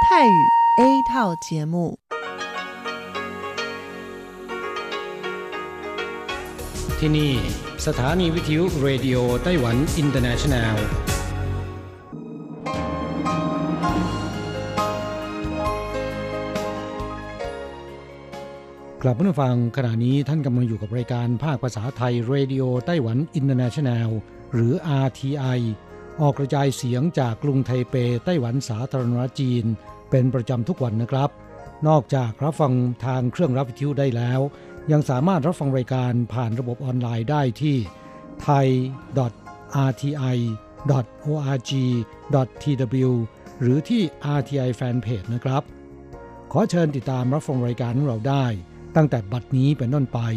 泰语 A 套节目。 ที่นี่สถานีวิทยุเรดิโอไต้หวันอินเตอร์เนชั่นแนลกลับมาฟังขณะนี้ท่านกำลังอยู่กับรายการภาคภาษาไทยเรดิโอไต้หวันอินเตอร์เนชั่นแนลหรือ RTI ออกกระจายเสียงจากกรุงไทเปไต้หวันสาธารณรัฐจีนเป็นประจำทุกวันนะครับนอกจากรับฟังทางเครื่องรับวิทยุได้แล้วยังสามารถรับฟังรายการผ่านระบบออนไลน์ได้ที่ thai.rti.org.tw หรือที่ RTI Fanpage นะครับขอเชิญติดตามรับฟังรายการของเราได้ตั้งแต่บัดนี้เป็นต้นไป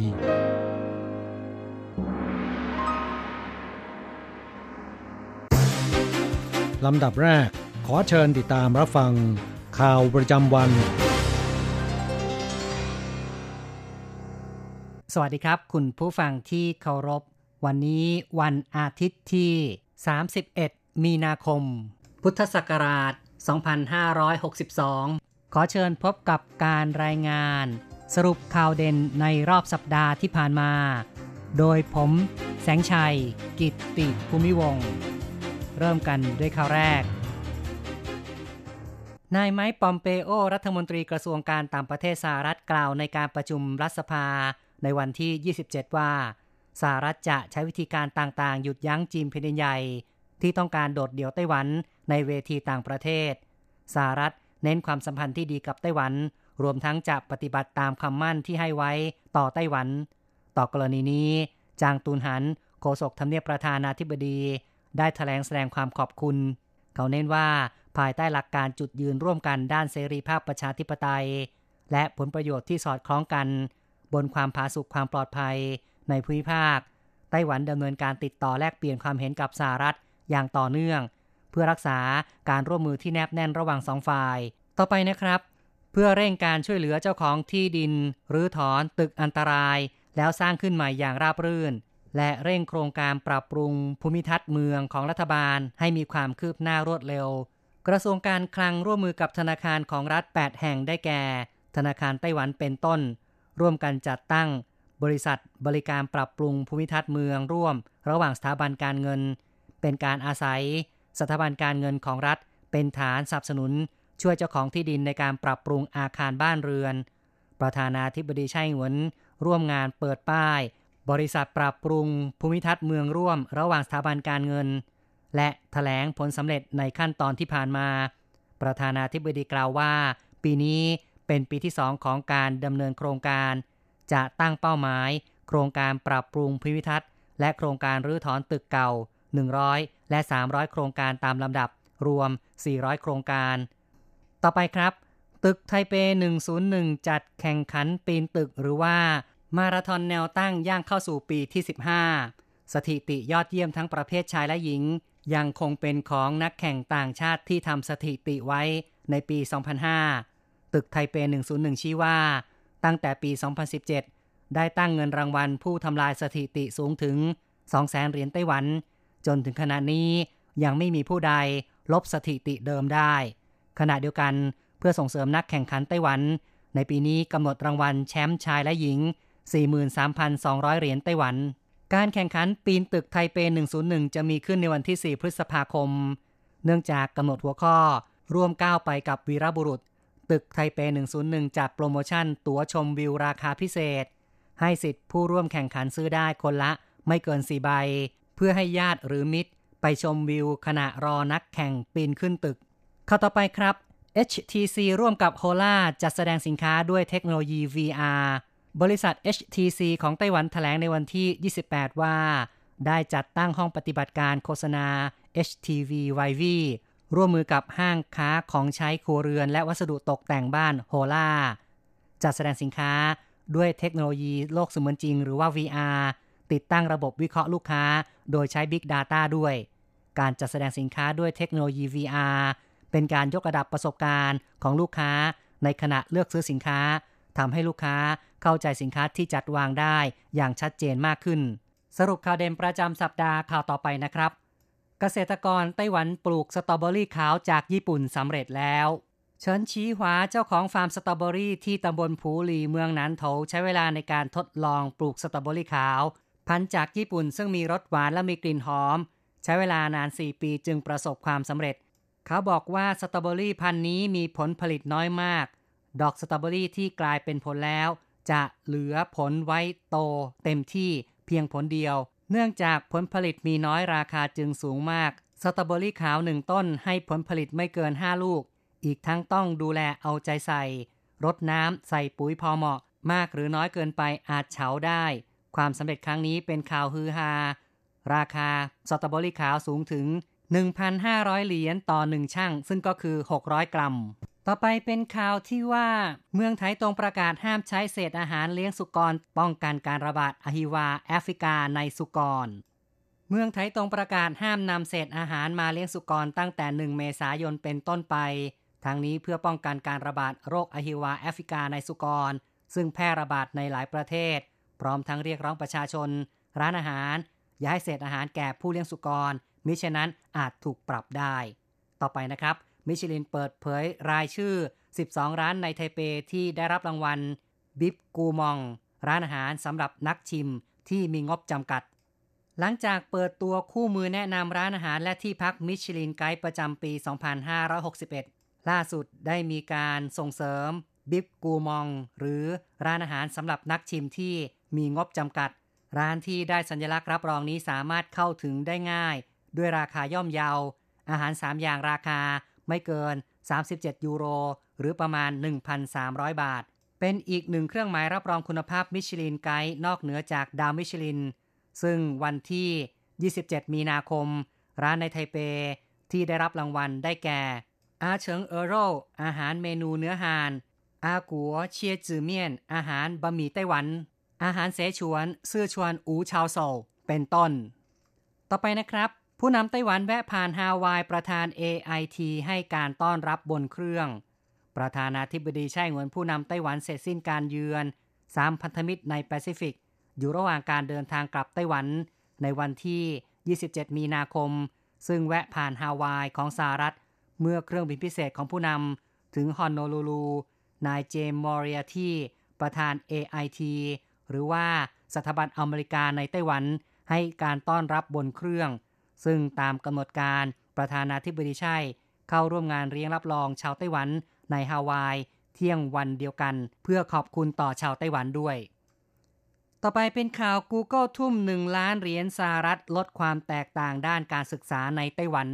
ลำดับแรกขอเชิญติดตามรับฟังข่าวประจำวันสวัสดีครับคุณผู้ฟังที่เคารพวันนี้วันอาทิตย์ที่31มีนาคมพุทธศักราช2562ขอเชิญพบกับการรายงานสรุปข่าวเด่นในรอบสัปดาห์ที่ผ่านมาโดยผมแสงชัยกิตติภูมิวงศ์เริ่มกันด้วยข่าวแรกนายไมค์ปอมเปโอรัฐมนตรีกระทรวงการต่างประเทศสหรัฐกล่าวในการประชุมรัฐสภาในวันที่27ว่าสหรัฐจะใช้วิธีการต่างๆหยุดยั้งจีนแผ่นดินใหญ่ที่ต้องการโดดเดี่ยวไต้หวันในเวทีต่างประเทศสหรัฐเน้นความสัมพันธ์ที่ดีกับไต้หวันรวมทั้งจะปฏิบัติตามคำมั่นที่ให้ไว้ต่อไต้หวันต่อกรณีนี้จางตุนหันโฆษกทำเนียบประธานาธิบดีได้แสดงความขอบคุณเขาเน้นว่าภายใต้หลักการจุดยืนร่วมกันด้านเสรีภาพประชาธิปไตยและผลประโยชน์ที่สอดคล้องกันบนความผาสุกความปลอดภัยในภูมิภาคไต้หวันดำเนินการติดต่อแลกเปลี่ยนความเห็นกับสหรัฐอย่างต่อเนื่องเพื่อรักษาการร่วมมือที่แนบแน่นระหว่างสองฝ่ายต่อไปนะครับเพื่อเร่งการช่วยเหลือเจ้าของที่ดินรื้อถอนตึกอันตรายแล้วสร้างขึ้นใหม่อย่างราบรื่นและเร่งโครงการปรับปรุงภูมิทัศน์เมืองของรัฐบาลให้มีความคืบหน้ารวดเร็วกระทรวงการคลังร่วมมือกับธนาคารของรัฐ8แห่งได้แก่ธนาคารไต้หวันเป็นต้นร่วมกันจัดตั้งบริษัทบริการปรับปรุงภูมิทัศน์เมืองร่วมระหว่างสถาบันการเงินเป็นการอาศัยสถาบันการเงินของรัฐเป็นฐานสนับสนุนช่วยเจ้าของที่ดินในการปรับปรุงอาคารบ้านเรือนประธานาธิบดีไช่หวนร่วมงานเปิดป้ายบริษัทปรับปรุงภูมิทัศน์เมืองร่วมระหว่างสถาบันการเงินและแถลงผลสำเร็จในขั้นตอนที่ผ่านมาประธานาธิบดีกล่าวว่าปีนี้เป็นปีที่2ของการดำเนินโครงการจะตั้งเป้าหมายโครงการปรับปรุงภูมิทัศน์และโครงการรื้อถอนตึกเก่า100และ300โครงการตามลำดับรวม400โครงการต่อไปครับตึกไทเป101จัดแข่งขันปีนตึกหรือว่ามาราธอนแนวตั้งย่างเข้าสู่ปีที่15สถิติยอดเยี่ยมทั้งประเภทชายและหญิงยังคงเป็นของนักแข่งต่างชาติที่ทำสถิติไว้ในปี2005ตึกไทเป101ชี้ว่าตั้งแต่ปี2017ได้ตั้งเงินรางวัลผู้ทำลายสถิติสูงถึง 200,000 เหรียญไต้หวันจนถึงขณะนี้ยังไม่มีผู้ใดลบสถิติเดิมได้ขณะเดียวกันเพื่อส่งเสริมนักแข่งขันไต้หวันในปีนี้กำหนดรางวัลแชมป์ชายและหญิง 43,200 เหรียญไต้หวันการแข่งขันปีนตึกไทเป101จะมีขึ้นในวันที่4พฤษภาคมเนื่องจากกำหนดหัวข้อร่วมก้าวไปกับวีรบุรุษตึกไทเป101จัดโปรโมชั่นตั๋วชมวิวราคาพิเศษให้สิทธิผู้ร่วมแข่งขันซื้อได้คนละไม่เกิน4ใบเพื่อให้ญาติหรือมิตรไปชมวิวขณะรอนักแข่งปีนขึ้นตึกเข้าต่อไปครับ HTC ร่วมกับ Hola จัดแสดงสินค้าด้วยเทคโนโลยี VR บริษัท HTC ของไต้หวันแถลงในวันที่28ว่าได้จัดตั้งห้องปฏิบัติการโฆษณา HTV YV ร่วมมือกับห้างค้าของใช้ครัวเรือนและวัสดุตกแต่งบ้าน Hola จัดแสดงสินค้าด้วยเทคโนโลยีโลกเสมือนจริงหรือว่า VR ติดตั้งระบบวิเคราะห์ลูกค้าโดยใช้ Big Data ด้วยการจัดแสดงสินค้าด้วยเทคโนโลยี VR เป็นการยกระดับประสบการณ์ของลูกค้าในขณะเลือกซื้อสินค้าทำให้ลูกค้าเข้าใจสินค้าที่จัดวางได้อย่างชัดเจนมากขึ้นสรุปข่าวเด่นประจำสัปดาห์ข่าวต่อไปนะครับเกษตรกรไต้หวันปลูกสตรอเบอรี่ขาวจากญี่ปุ่นสำเร็จแล้วเฉินชีหวาเจ้าของฟาร์มสตรอเบอรี่ที่ตำบลผูหลีเมืองหนานโถใช้เวลาในการทดลองปลูกสตรอเบอรี่ขาวพันธุ์จากญี่ปุ่นซึ่งมีรสหวานและมีกลิ่นหอมใช้เวลานาน4 ปีจึงประสบความสำเร็จเขาบอกว่าสตรอเบอรี่พันธุ์นี้มีผลผลิตน้อยมากดอกสตรอเบอรี่ที่กลายเป็นผลแล้วจะเหลือผลไว้โตเต็มที่เพียงผลเดียวเนื่องจากผลผลิตมีน้อยราคาจึงสูงมากสตรอเบอรี่ขาว1ต้นให้ผลผลิตไม่เกิน5ลูกอีกทั้งต้องดูแลเอาใจใส่รดน้ำใส่ปุ๋ยพอเหมาะมากหรือน้อยเกินไปอาจเฉาได้ความสำเร็จครั้งนี้เป็นข่าวฮือฮาราคาสตรอเบอรี่ขาวสูงถึง 1,500 เหรียญต่อ1ชั่งซึ่งก็คือ600กรัมต่อไปเป็นข่าวที่ว่าเมืองไทตงประกาศห้ามใช้เศษอาหารเลี้ยงสุกรป้องกันการระบาดอะฮิวาแอฟริกาในสุกรเมืองไทตงประกาศห้ามนำเศษอาหารมาเลี้ยงสุกรตั้งแต่1เมษายนเป็นต้นไปทางนี้เพื่อป้องกันการระบาดโรคอะฮิวาแอฟริกาในสุกรซึ่งแพร่ระบาดในหลายประเทศพร้อมทั้งเรียกร้องประชาชนร้านอาหารอย่าให้เศษอาหารแก่ผู้เลี้ยงสุกรมิฉะนั้นอาจถูกปรับได้ต่อไปนะครับมิชลินเปิดเผยรายชื่อ12ร้านในไทเปที่ได้รับรางวัลบิบกูมองร้านอาหารสำหรับนักชิมที่มีงบจำกัดหลังจากเปิดตัวคู่มือแนะนำร้านอาหารและที่พักมิชลินไกด์ประจำปี 2561 ล่าสุดได้มีการส่งเสริมบิบกูมองหรือร้านอาหารสำหรับนักชิมที่มีงบจำกัดร้านที่ได้สัญลักษณ์รับรองนี้สามารถเข้าถึงได้ง่ายด้วยราคาย่อมเยาอาหาร3อย่างราคาไม่เกิน37ยูโรหรือประมาณ 1,300 บาทเป็นอีกหนึ่งเครื่องหมายรับรองคุณภาพมิชลินไกด์นอกเหนือจากดาวมิชลินซึ่งวันที่27มีนาคมร้านในไทเปที่ได้รับรางวัลได้แก่อาเฉิงเออโร่อาหารเมนูเนื้อห่านอากัวเชียจือเมี่ยนอาหารบะหมี่ไต้หวันอาหารเสฉวนซื่อชวนอูชาวโซลเป็นต้นต่อไปนะครับผู้นำไต้หวันแวะผ่านฮาวายประธาน AIT ให้การต้อนรับบนเครื่องประธานาธิบดีไช่เหวินผู้นำไต้หวันเสร็จสิ้นการเยือน3พันธมิตรในแปซิฟิกอยู่ระหว่างการเดินทางกลับไต้หวันในวันที่27มีนาคมซึ่งแวะผ่านฮาวายของสหรัฐเมื่อเครื่องบินพิเศษของผู้นำถึงฮอนโนลูลูนายเจมส์มอริอาทีประธาน AIT หรือว่าสถาบันอเมริกาในไต้หวันให้การต้อนรับบนเครื่องซึ่งตามกำหนดการประธานาธิบดีไช่เข้าร่วมงานเลี้ยงรับรองชาวไต้หวันในฮาวายเที่ยงวันเดียวกันเพื่อขอบคุณต่อชาวไต้หวันด้วยต่อไปเป็นข่าว Google ทุ่ม1ล้านเหรียญสหรัฐลดความแตกต่างด้านการศึกษาในไต้หวัน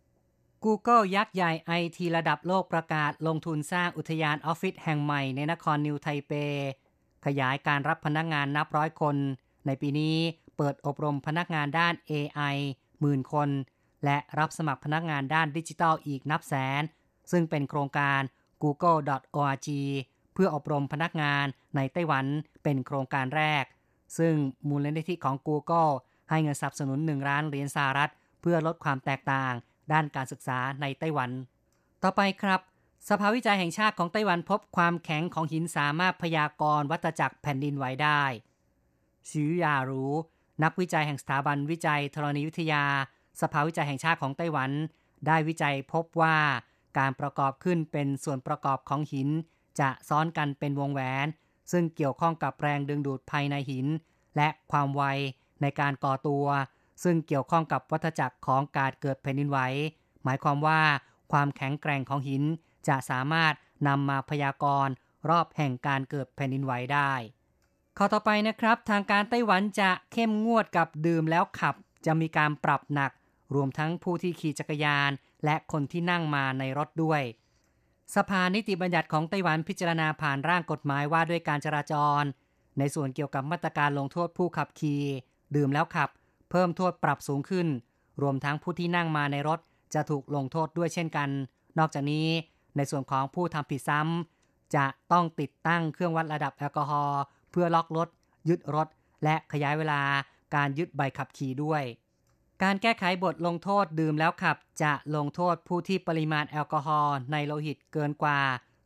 Google ยักษ์ใหญ่ไอทีระดับโลกประกาศลงทุนสร้างอุทยานออฟฟิศแห่งใหม่ในนครนิวไทเปขยายการรับพนักงานนับร้อยคนในปีนี้เปิดอบรมพนักงานด้าน AI 10,000 คนและรับสมัครพนักงานด้านดิจิทัลอีกนับแสนซึ่งเป็นโครงการ google.org เพื่ออบรมพนักงานในไต้หวันเป็นโครงการแรกซึ่งมูลนิธิของ Google ให้เงินสนับสนุน1ล้านเหรียญสหรัฐเพื่อลดความแตกต่างด้านการศึกษาในไต้หวันต่อไปครับสภาวิจัยแห่งชาติของไต้หวันพบความแข็งของหินสามารถพยากรณ์วัฏจักรแผ่นดินไหวได้ซิวยารู้นักวิจัยแห่งสถาบันวิจัยธรณีวิทยาสภาวิจัยแห่งชาติของไต้หวันได้วิจัยพบว่าการประกอบขึ้นเป็นส่วนประกอบของหินจะซ้อนกันเป็นวงแหวนซึ่งเกี่ยวข้องกับแรงดึงดูดภายในหินและความไวในการก่อตัวซึ่งเกี่ยวข้องกับวัฏจักรของการเกิดแผ่นดินไหวหมายความว่าความแข็งแกร่งของหินจะสามารถนำมาพยากรณ์รอบแห่งการเกิดแผ่นดินไหวได้ข้อต่อไปนะครับทางการไต้หวันจะเข้มงวดกับดื่มแล้วขับจะมีการปรับหนักรวมทั้งผู้ที่ขี่จักรยานและคนที่นั่งมาในรถด้วยสภานิติบัญญัติของไต้หวันพิจารณาผ่านร่างกฎหมายว่าด้วยการจราจรในส่วนเกี่ยวกับมาตรการลงโทษผู้ขับขี่ดื่มแล้วขับเพิ่มโทษปรับสูงขึ้นรวมทั้งผู้ที่นั่งมาในรถจะถูกลงโทษด้วยเช่นกันนอกจากนี้ในส่วนของผู้ทำผิดซ้ำจะต้องติดตั้งเครื่องวัดระดับแอลกอฮอล์เพื่อล็อกรถยึดรถและขยายเวลาการยึดใบขับขี่ด้วยการแก้ไขบทลงโทษดื่มแล้วขับจะลงโทษผู้ที่ปริมาณแอลกอฮอล์ในโลหิตเกินกว่า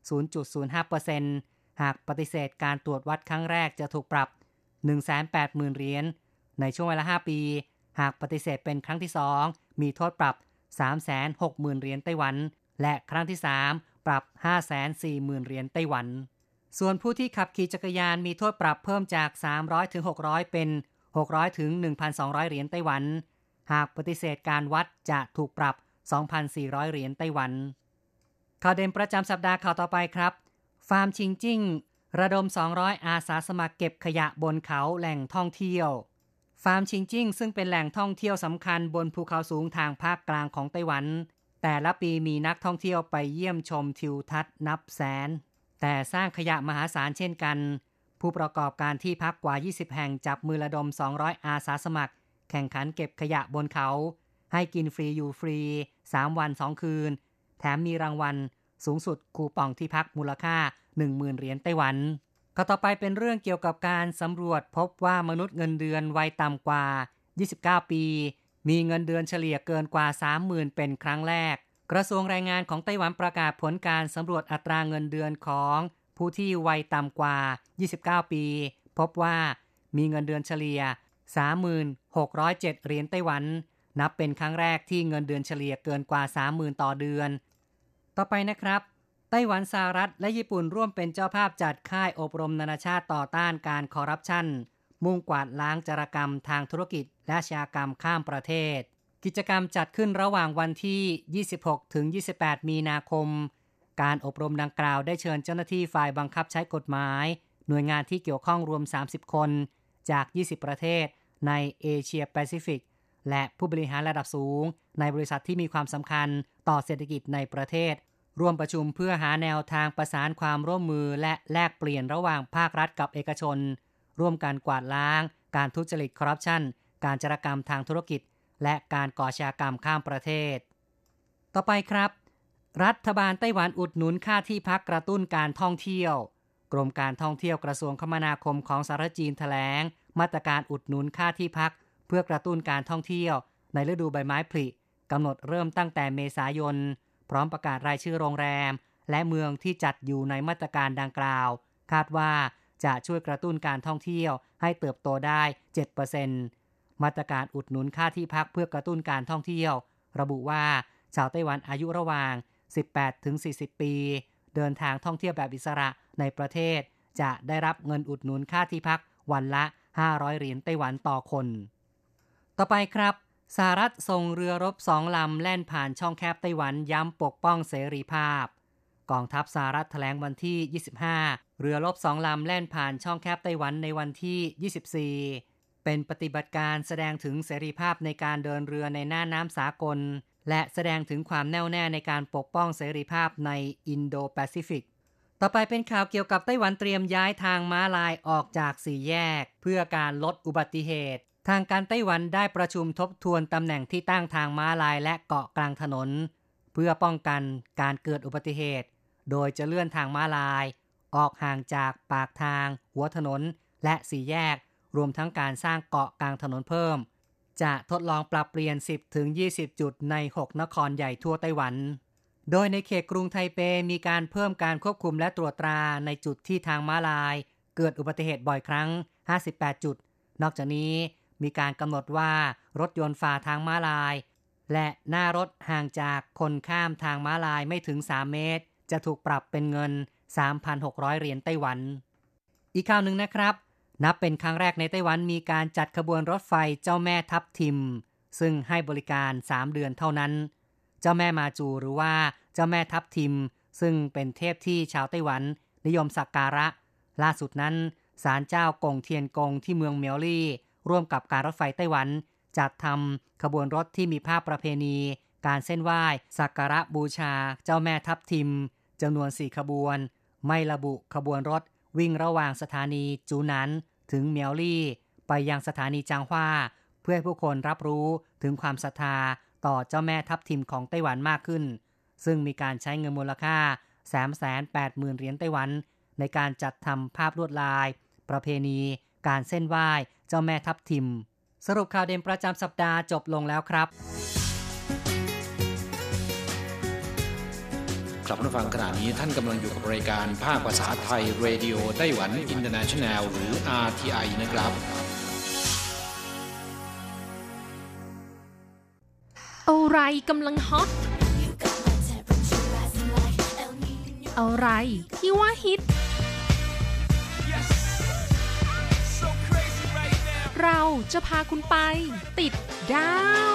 0.05% หากปฏิเสธการตรวจวัดครั้งแรกจะถูกปรับ 180,000 เหรียญในช่วงเวลา5ปีหากปฏิเสธเป็นครั้งที่2มีโทษปรับ 360,000 เหรียญไต้หวันและครั้งที่3 ปรับ 540,000 เหรียญไต้หวันส่วนผู้ที่ขับขี่จักรยานมีโทษปรับเพิ่มจาก300ถึง600เป็น600ถึง 1,200 เหรียญไต้หวันหากปฏิเสธการวัดจะถูกปรับ 2,400 เหรียญไต้หวันข่าวเด่นประจำสัปดาห์ข่าวต่อไปครับฟาร์มชิงจิ้งระดม200อาสาสมัครเก็บขยะบนเขาแหล่งท่องเที่ยวฟาร์มชิงจิ้งซึ่งเป็นแหล่งท่องเที่ยวสำคัญบนภูเขาสูงทางภาคกลางของไต้หวันแต่ละปีมีนักท่องเที่ยวไปเยี่ยมชมทิวทัศน์นับแสนแต่สร้างขยะมหาศาลเช่นกันผู้ประกอบการที่พักกว่า20แห่งจับมือระดม200อาสาสมัครแข่งขันเก็บขยะบนเขาให้กินฟรีอยู่ฟรี3วัน2คืนแถมมีรางวัลสูงสุดคูปองที่พักมูลค่า 10,000 เหรียญไต้หวันข้อต่อไปเป็นเรื่องเกี่ยวกับการสำรวจพบว่ามนุษย์เงินเดือนวัยต่ำกว่า29ปีมีเงินเดือนเฉลี่ยเกินกว่า 30,000 เป็นครั้งแรกกระทรวงแรงงานของไต้หวันประกาศผลการสำรวจอัตราเงินเดือนของผู้ที่วัยต่ำกว่า29ปีพบว่ามีเงินเดือนเฉลี่ย 3607 เหรียญไต้หวันนับเป็นครั้งแรกที่เงินเดือนเฉลี่ยเกินกว่า 30,000 ต่อเดือนต่อไปนะครับไต้หวันสหรัฐและญี่ปุ่นร่วมเป็นเจ้าภาพจัดค่ายอบรมนานาชาติต่อต้านการคอร์รัปชันมุ่งกวาดล้างจารกรรมทางธุรกิจและอาชญากรรมข้ามประเทศกิจกรรมจัดขึ้นระหว่างวันที่26ถึง28มีนาคมการอบรมดังกล่าวได้เชิญเจ้าหน้าที่ฝ่ายบังคับใช้กฎหมายหน่วยงานที่เกี่ยวข้องรวม30คนจาก20ประเทศในเอเชียแปซิฟิกและผู้บริหารระดับสูงในบริษัทที่มีความสำคัญต่อเศรษฐกิจในประเทศร่วมประชุมเพื่อหาแนวทางประสานความร่วมมือและแลกเปลี่ยนระหว่างภาครัฐกับเอกชนร่วมกันกวาดล้างการทุจริตคอร์รัปชันการจารกรรมทางธุรกิจและการก่ออาชญากรรมข้ามประเทศต่อไปครับรัฐบาลไต้หวันอุดหนุนค่าที่พักกระตุ้นการท่องเที่ยวกรมการท่องเที่ยวกระทรวงคมนาคมของสหรัฐจีนแถลงมาตรการอุดหนุนค่าที่พักเพื่อกระตุ้นการท่องเที่ยวในฤดูใบไม้ผลิกำหนดเริ่มตั้งแต่เมษายนพร้อมประกาศรายชื่อโรงแรมและเมืองที่จัดอยู่ในมาตรการดังกล่าวคาดว่าจะช่วยกระตุ้นการท่องเที่ยวให้เติบโตได้ 7%มาตรการอุดหนุนค่าที่พักเพื่อกระตุ้นการท่องเที่ยวระบุว่าชาวไต้หวันอายุระหว่าง 18-40 ปีเดินทางท่องเที่ยวแบบอิสระในประเทศจะได้รับเงินอุดหนุนค่าที่พักวันละ500เหรียญไต้หวันต่อคนต่อไปครับสหรัฐส่งเรือรบ2ลำแล่นผ่านช่องแคบไต้หวันย้ำปกป้องเสรีภาพกองทัพสหรัฐแถลงวันที่25เรือรบ2ลำแล่นผ่านช่องแคบไต้หวันในวันที่24เป็นปฏิบัติการแสดงถึงเสรีภาพในการเดินเรือในน่านน้ำสากลและแสดงถึงความแน่วแน่ในการปกป้องเสรีภาพในอินโดแปซิฟิกต่อไปเป็นข่าวเกี่ยวกับไต้หวันเตรียมย้ายทางม้าลายออกจาก4แยกเพื่อการลดอุบัติเหตุทางการไต้หวันได้ประชุมทบทวนตำแหน่งที่ตั้งทางม้าลายและเกาะกลางถนนเพื่อป้องกันการเกิดอุบัติเหตุโดยจะเลื่อนทางม้าลายออกห่างจากปากทางหัวถนนและ4แยกรวมทั้งการสร้างเกาะกลางถนนเพิ่มจะทดลองปรับเปลี่ยน 10-20 จุดใน6นครใหญ่ทั่วไต้หวันโดยในเขตกรุงไทเปมีการเพิ่มการควบคุมและตรวจตราในจุดที่ทางม้าลายเกิดอุบัติเหตุบ่อยครั้ง58จุดนอกจากนี้มีการกำหนดว่ารถยนต์ฝ่าทางม้าลายและหน้ารถห่างจากคนข้ามทางม้าลายไม่ถึง3เมตรจะถูกปรับเป็นเงิน 3,600 เหรียญไต้หวันอีกข่าวหนึ่งนะครับนับเป็นครั้งแรกในไต้หวันมีการจัดขบวนรถไฟเจ้าแม่ทับทิมซึ่งให้บริการ3เดือนเท่านั้นเจ้าแม่มาจูหรือว่าเจ้าแม่ทับทิมซึ่งเป็นเทพที่ชาวไต้หวันนิยมสักการะล่าสุดนั้นศาลเจ้ากงเทียนกงที่เมืองเมียวลี่ร่วมกับการรถไฟไต้หวันจัดทำขบวนรถที่มีภาพประเพณีการเส้นไหว้สักการะบูชาเจ้าแม่ทับทิมจำนวน4ขบวนไม่ระบุขบวนรถวิ่งระหว่างสถานีจูหนานถึงเมียวลี่ไปยังสถานีจางฮวาเพื่อให้ผู้คนรับรู้ถึงความศรัทธาต่อเจ้าแม่ทับทิมของไต้หวันมากขึ้นซึ่งมีการใช้เงินมูลค่า 380,000 เหรียญไต้หวันในการจัดทำภาพลวดลายประเพณีการเส้นไหว้เจ้าแม่ทับทิมสรุปข่าวเด่นประจำสัปดาห์จบลงแล้วครับครับผู้ฟังขณะนี้ท่านกำลังอยู่กับรายการภาคภาษาไทยเรดิโอไต้หวันอินเตอร์เนชั่นแนลหรือ RTI นะครับอะไรกำลังฮอตอะไรที่ว่าฮิต เราจะพาคุณไปติดดาว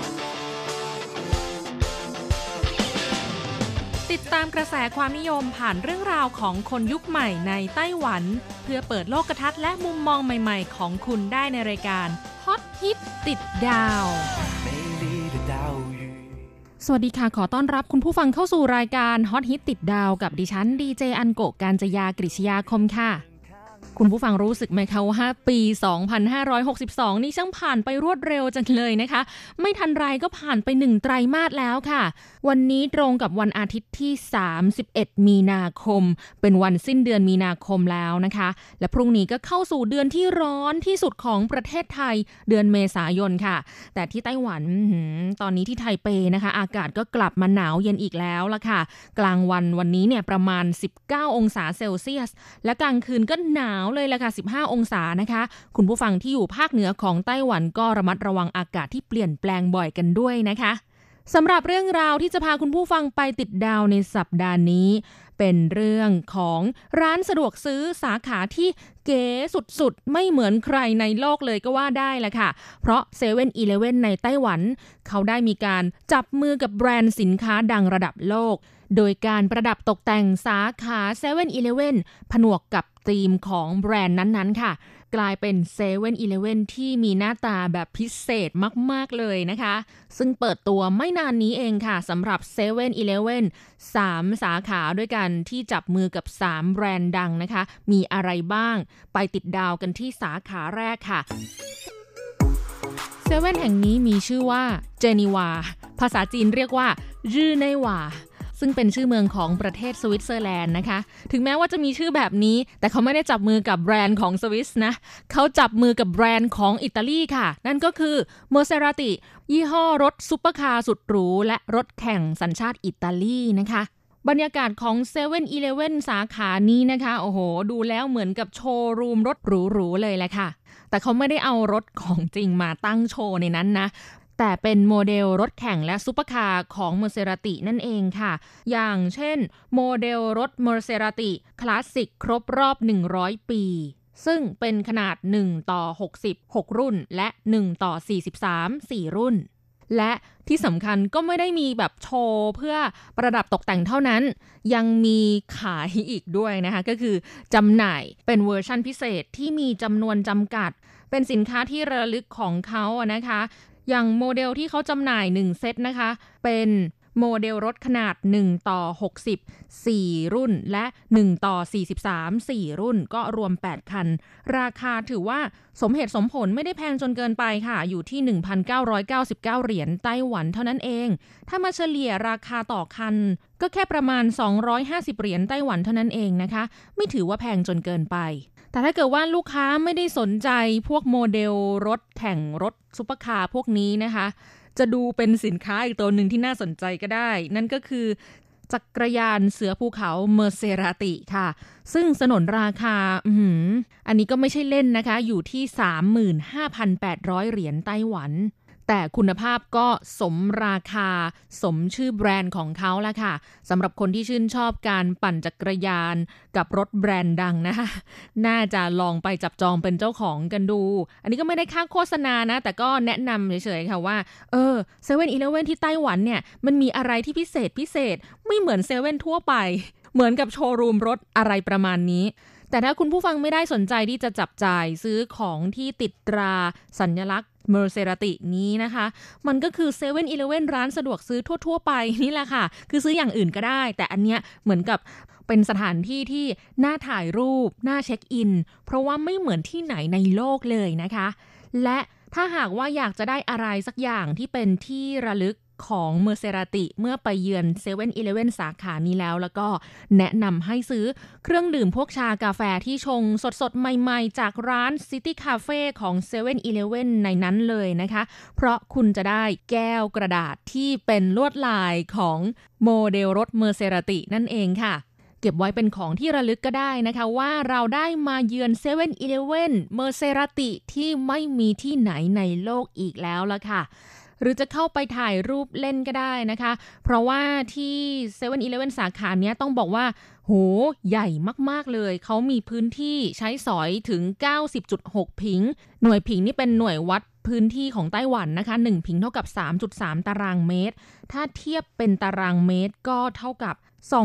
ติดตามกระแสความนิยมผ่านเรื่องราวของคนยุคใหม่ในไต้หวันเพื่อเปิดโลกทัศน์และมุมมองใหม่ๆของคุณได้ในรายการฮอตฮิตติดดาวสวัสดีค่ะขอต้อนรับคุณผู้ฟังเข้าสู่รายการฮอตฮิตติดดาวกับดิฉันดีเจอันโกะกาญจยากฤษยาคมค่ะคุณผู้ฟังรู้สึกไหมคะว่าปี 2562 นี่ช่างผ่านไปรวดเร็วจังเลยนะคะไม่ทันไรก็ผ่านไป1ไตรมาสแล้วค่ะวันนี้ตรงกับวันอาทิตย์ที่31มีนาคมเป็นวันสิ้นเดือนมีนาคมแล้วนะคะและพรุ่งนี้ก็เข้าสู่เดือนที่ร้อนที่สุดของประเทศไทยเดือนเมษายนค่ะแต่ที่ไต้หวันตอนนี้ที่ไทเปนะคะอากาศก็กลับมาหนาวเย็นอีกแล้วล่ะค่ะกลางวันนี้เนี่ยประมาณ19องศาเซลเซียสและกลางคืนก็หนาวเลยละค่ะ15องศานะคะคุณผู้ฟังที่อยู่ภาคเหนือของไต้หวันก็ระมัดระวังอากาศที่เปลี่ยนแปลงบ่อยกันด้วยนะคะสำหรับเรื่องราวที่จะพาคุณผู้ฟังไปติดดาวในสัปดาห์นี้เป็นเรื่องของร้านสะดวกซื้อสาขาที่เก๋สุดๆไม่เหมือนใครในโลกเลยก็ว่าได้แหละค่ะเพราะ 7-Eleven ในไต้หวันเขาได้มีการจับมือกับแบรนด์สินค้าดังระดับโลกโดยการประดับตกแต่งสาขา 7-Eleven ผนวกกับธีมของแบรนด์นั้นๆค่ะกลายเป็น 7-Eleven ที่มีหน้าตาแบบพิเศษมากๆเลยนะคะซึ่งเปิดตัวไม่นานนี้เองค่ะสำหรับ 7-Eleven 3 สาขาด้วยกันที่จับมือกับ3แบรนด์ดังนะคะมีอะไรบ้างไปติดดาวกันที่สาขาแรกค่ะ7แห่งนี้มีชื่อว่าเจนีวาภาษาจีนเรียกว่ารื่อเนวาซึ่งเป็นชื่อเมืองของประเทศสวิตเซอร์แลนด์นะคะถึงแม้ว่าจะมีชื่อแบบนี้แต่เขาไม่ได้จับมือกับแบรนด์ของสวิสนะเขาจับมือกับแบรนด์ของอิตาลีค่ะนั่นก็คือเมอร์เซราติยี่ห้อรถซุปเปอร์คาร์สุดหรูและรถแข่งสัญชาติอิตาลีนะคะบรรยากาศของ 7-Eleven สาขานี้นะคะโอ้โหดูแล้วเหมือนกับโชว์รูมรถหรูๆเลยแหละค่ะแต่เขาไม่ได้เอารถของจริงมาตั้งโชว์ในนั้นนะแต่เป็นโมเดลรถแข่งและซุปเปอร์คาร์ของ Maserati นั่นเองค่ะอย่างเช่นโมเดลรถ Maserati คลาสสิกครบรอบ100ปีซึ่งเป็นขนาด1:60 6รุ่นและ1:43 4รุ่นและที่สำคัญก็ไม่ได้มีแบบโชว์เพื่อประดับตกแต่งเท่านั้นยังมีขายอีกด้วยนะคะก็คือจำหน่ายเป็นเวอร์ชั่นพิเศษที่มีจำนวนจำกัดเป็นสินค้าที่ระลึกของเขานะคะอย่างโมเดลที่เขาจำหน่าย1เซตนะคะเป็นโมเดลรถขนาด1:60 4รุ่นและ1:43 4รุ่นก็รวม8คันราคาถือว่าสมเหตุสมผลไม่ได้แพงจนเกินไปค่ะอยู่ที่ 1,999 เหรียญไต้หวันเท่านั้นเองถ้ามาเฉลี่ยราคาต่อคันก็แค่ประมาณ250เหรียญไต้หวันเท่านั้นเองนะคะไม่ถือว่าแพงจนเกินไปแต่ถ้าเกิดว่าลูกค้าไม่ได้สนใจพวกโมเดลรถแข่งรถซุปเปอร์คาร์พวกนี้นะคะจะดูเป็นสินค้าอีกตัวหนึ่งที่น่าสนใจก็ได้นั่นก็คือจักรยานเสือภูเขาเมอร์เซราติค่ะซึ่งสนนราคาอันนี้ก็ไม่ใช่เล่นนะคะอยู่ที่ 35,800 เหรียญไต้หวันแต่คุณภาพก็สมราคาสมชื่อแบรนด์ของเขาละค่ะสำหรับคนที่ชื่นชอบการปั่นจักรยานกับรถแบรนด์ดังนะคะน่าจะลองไปจับจองเป็นเจ้าของกันดูอันนี้ก็ไม่ได้ค่าโฆษณานะแต่ก็แนะนำเฉยๆค่ะว่า7-Eleven ที่ไต้หวันเนี่ยมันมีอะไรที่พิเศษไม่เหมือน7ทั่วไปเหมือนกับโชว์รูมรถอะไรประมาณนี้แต่ถ้าคุณผู้ฟังไม่ได้สนใจที่จะจับจ่ายซื้อของที่ติดตราสัญลักษณ์เมอร์เซราตินี้นะคะมันก็คือ 7-Eleven ร้านสะดวกซื้อทั่วๆไปนี่แหละค่ะคือซื้ออย่างอื่นก็ได้แต่อันเนี้ยเหมือนกับเป็นสถานที่ที่น่าถ่ายรูปน่าเช็คอินเพราะว่าไม่เหมือนที่ไหนในโลกเลยนะคะและถ้าหากว่าอยากจะได้อะไรสักอย่างที่เป็นที่ระลึกของเมอร์เซราติเมื่อไปเยือน 7-Eleven สาขานี้แล้วก็แนะนำให้ซื้อเครื่องดื่มพวกชากาแฟที่ชงสดๆใหม่ๆจากร้าน City Cafe ของ 7-Eleven ในนั้นเลยนะคะเพราะคุณจะได้แก้วกระดาษที่เป็นลวดลายของโมเดลรถเมอร์เซราตินั่นเองค่ะเก็บไว้เป็นของที่ระลึกก็ได้นะคะว่าเราได้มาเยือน 7-Eleven เมอร์เซราติที่ไม่มีที่ไหนในโลกอีกแล้วล่ะค่ะหรือจะเข้าไปถ่ายรูปเล่นก็ได้นะคะเพราะว่าที่ 7-Eleven สาขาเนี้ยต้องบอกว่าโหใหญ่มากๆเลยเขามีพื้นที่ใช้สอยถึง 90.6 ผิงหน่วยผิงนี่เป็นหน่วยวัดพื้นที่ของไต้หวันนะคะ1ผิงเท่ากับ 3.3 ตารางเมตรถ้าเทียบเป็นตารางเมตรก็เท่ากับ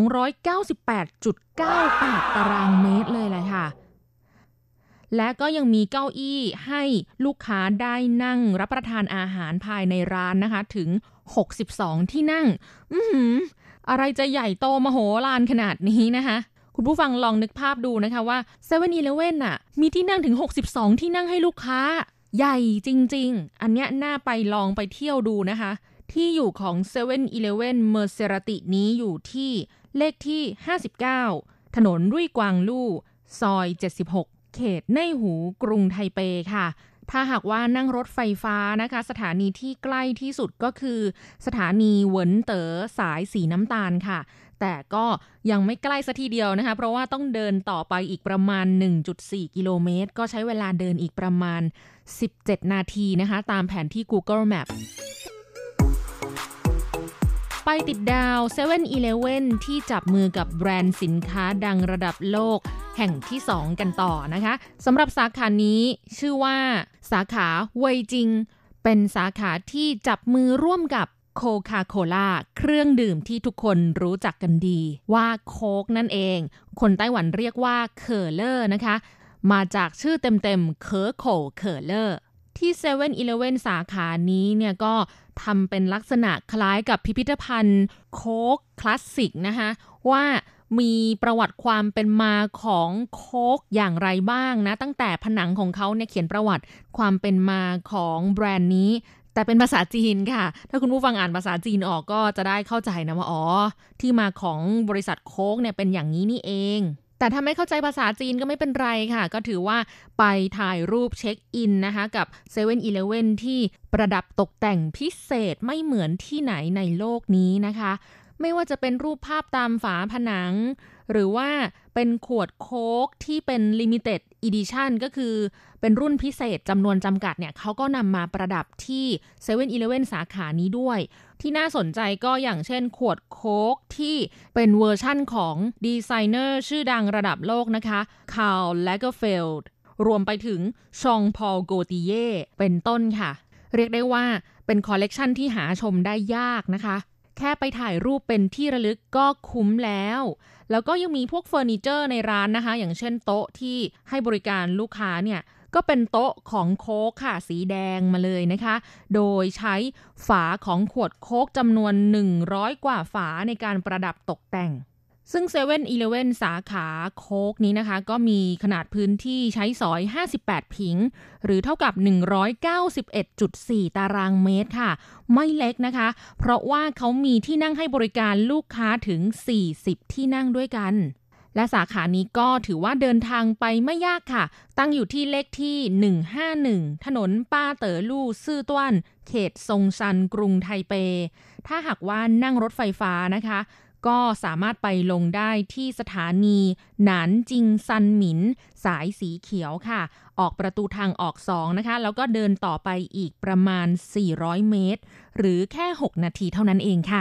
298.98 ตารางเมตรเลยแหละค่ะและก็ยังมีเก้าอี้ให้ลูกค้าได้นั่งรับประทานอาหารภายในร้านนะคะถึง62ที่นั่งอะไรจะใหญ่โตมโหฬารขนาดนี้นะคะคุณผู้ฟังลองนึกภาพดูนะคะว่า 7-Eleven น่ะมีที่นั่งถึง62ที่นั่งให้ลูกค้าใหญ่จริงๆอันเนี้ยน่าไปลองไปเที่ยวดูนะคะที่อยู่ของ 7-Eleven เมอร์เซราตินี้อยู่ที่เลขที่59ถนนรุ่ยกวางลู่ซอย76เขตในหูกรุงไทเปค่ะถ้าหากว่านั่งรถไฟฟ้านะคะสถานีที่ใกล้ที่สุดก็คือสถานีเหวินเต๋อสายสีน้ำตาลค่ะแต่ก็ยังไม่ใกล้ซะทีเดียวนะคะเพราะว่าต้องเดินต่อไปอีกประมาณ 1.4 กิโลเมตรก็ใช้เวลาเดินอีกประมาณ17นาทีนะคะตามแผนที่ Google Mapไปติดดาว 7-Eleven ที่จับมือกับแบรนด์สินค้าดังระดับโลกแห่งที่2กันต่อนะคะสำหรับสาขานี้ชื่อว่าสาขาเว่ยจิงเป็นสาขาที่จับมือร่วมกับโคคาโคล่าเครื่องดื่มที่ทุกคนรู้จักกันดีว่าโค้กนั่นเองคนไต้หวันเรียกว่าเคอเลอร์นะคะมาจากชื่อเต็มๆเคอโคเคอเลอร์ที่ 7-Eleven สาขานี้เนี่ยก็ทำเป็นลักษณะคล้ายกับพิพิธภัณฑ์โค้กคลาสสิกนะคะว่ามีประวัติความเป็นมาของโค้กอย่างไรบ้างนะตั้งแต่ผนังของเขาเนี่ยเขียนประวัติความเป็นมาของแบรนด์นี้แต่เป็นภาษาจีนค่ะถ้าคุณผู้ฟังอ่านภาษาจีนออกก็จะได้เข้าใจนะว่าอ๋อที่มาของบริษัทโค้กเนี่ยเป็นอย่างนี้นี่เองแต่ถ้าไม่เข้าใจภาษาจีนก็ไม่เป็นไรค่ะก็ถือว่าไปถ่ายรูปเช็คอินนะคะกับ 7-Eleven ที่ประดับตกแต่งพิเศษไม่เหมือนที่ไหนในโลกนี้นะคะไม่ว่าจะเป็นรูปภาพตามฝาผนังหรือว่าเป็นขวดโค้กที่เป็น Limited Edition ก็คือเป็นรุ่นพิเศษจำนวนจำกัดเนี่ยเขาก็นำมาประดับที่ 7-Eleven สาขานี้ด้วยที่น่าสนใจก็อย่างเช่นขวดโค้กที่เป็นเวอร์ชั่นของดีไซเนอร์ชื่อดังระดับโลกนะคะคาร์ล แลเกอร์เฟลด์รวมไปถึงชองพอล โกติเย่เป็นต้นค่ะเรียกได้ว่าเป็นคอลเลกชันที่หาชมได้ยากนะคะแค่ไปถ่ายรูปเป็นที่ระลึกก็คุ้มแล้วก็ยังมีพวกเฟอร์นิเจอร์ในร้านนะคะอย่างเช่นโต๊ะที่ให้บริการลูกค้าเนี่ยก็เป็นโต๊ะของโค้กค่ะสีแดงมาเลยนะคะโดยใช้ฝาของขวดโค้กจำนวน100กว่าฝาในการประดับตกแต่งซึ่ง 7-Eleven สาขาโค้กนี้นะคะก็มีขนาดพื้นที่ใช้สอย58ผิงหรือเท่ากับ 191.4 ตารางเมตรค่ะไม่เล็กนะคะเพราะว่าเขามีที่นั่งให้บริการลูกค้าถึง40ที่นั่งด้วยกันและสาขานี้ก็ถือว่าเดินทางไปไม่ยากค่ะตั้งอยู่ที่เลขที่151ถนนป้าเต๋อลู่ซื่อต้วนเขตซงซันกรุงไทเปถ้าหากว่านั่งรถไฟฟ้านะคะก็สามารถไปลงได้ที่สถานีหนานจิงซันหมินสายสีเขียวค่ะออกประตูทางออก2นะคะแล้วก็เดินต่อไปอีกประมาณ400เมตรหรือแค่6นาทีเท่านั้นเองค่ะ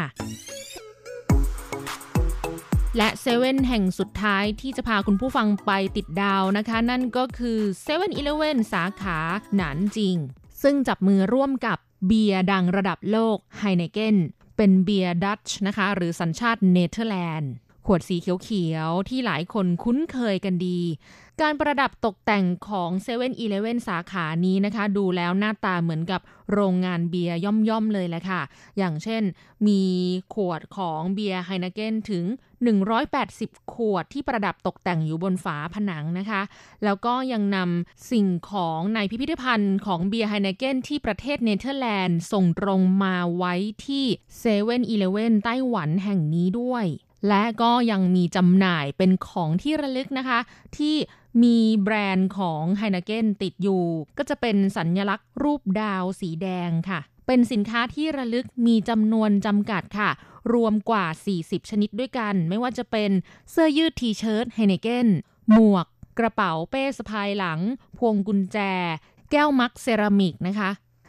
และ7แห่งสุดท้ายที่จะพาคุณผู้ฟังไปติดดาวนะคะนั่นก็คือ 7-Eleven สาขาหนานจิงซึ่งจับมือร่วมกับเบียร์ดังระดับโลกไฮเนเกนเป็นเบียร์ดัตช์นะคะหรือสัญชาติเนเธอร์แลนด์ขวดสีเขียวๆที่หลายคนคุ้นเคยกันดีการประดับตกแต่งของ 7-Eleven สาขานี้นะคะดูแล้วหน้าตาเหมือนกับโรงงานเบียร์ย่อมๆเลยแหละค่ะอย่างเช่นมีขวดของเบียร์ไฮเนเกนถึง180ขวดที่ประดับตกแต่งอยู่บนฝาผนังนะคะแล้วก็ยังนำสิ่งของในพิพิธภัณฑ์ของเบียร์ไฮเนเกนที่ประเทศเนเธอร์แลนด์ส่งตรงมาไว้ที่ 7-Eleven ไต้หวันแห่งนี้ด้วยและก็ยังมีจำหน่ายเป็นของที่ระลึกนะคะที่มีแบรนด์ของไฮเนเกนติดอยู่ก็จะเป็นสัญลักษณ์รูปดาวสีแดงค่ะเป็นสินค้าที่ระลึกมีจำนวนจำกัดค่ะรวมกว่า40ชนิดด้วยกันไม่ว่าจะเป็นเสื้อยืดทีเชิ้ตไฮเนเกนหมวกกระเป๋าเป้สะพายหลังพวงกุญแจแก้วมักเซรามิกนะคะ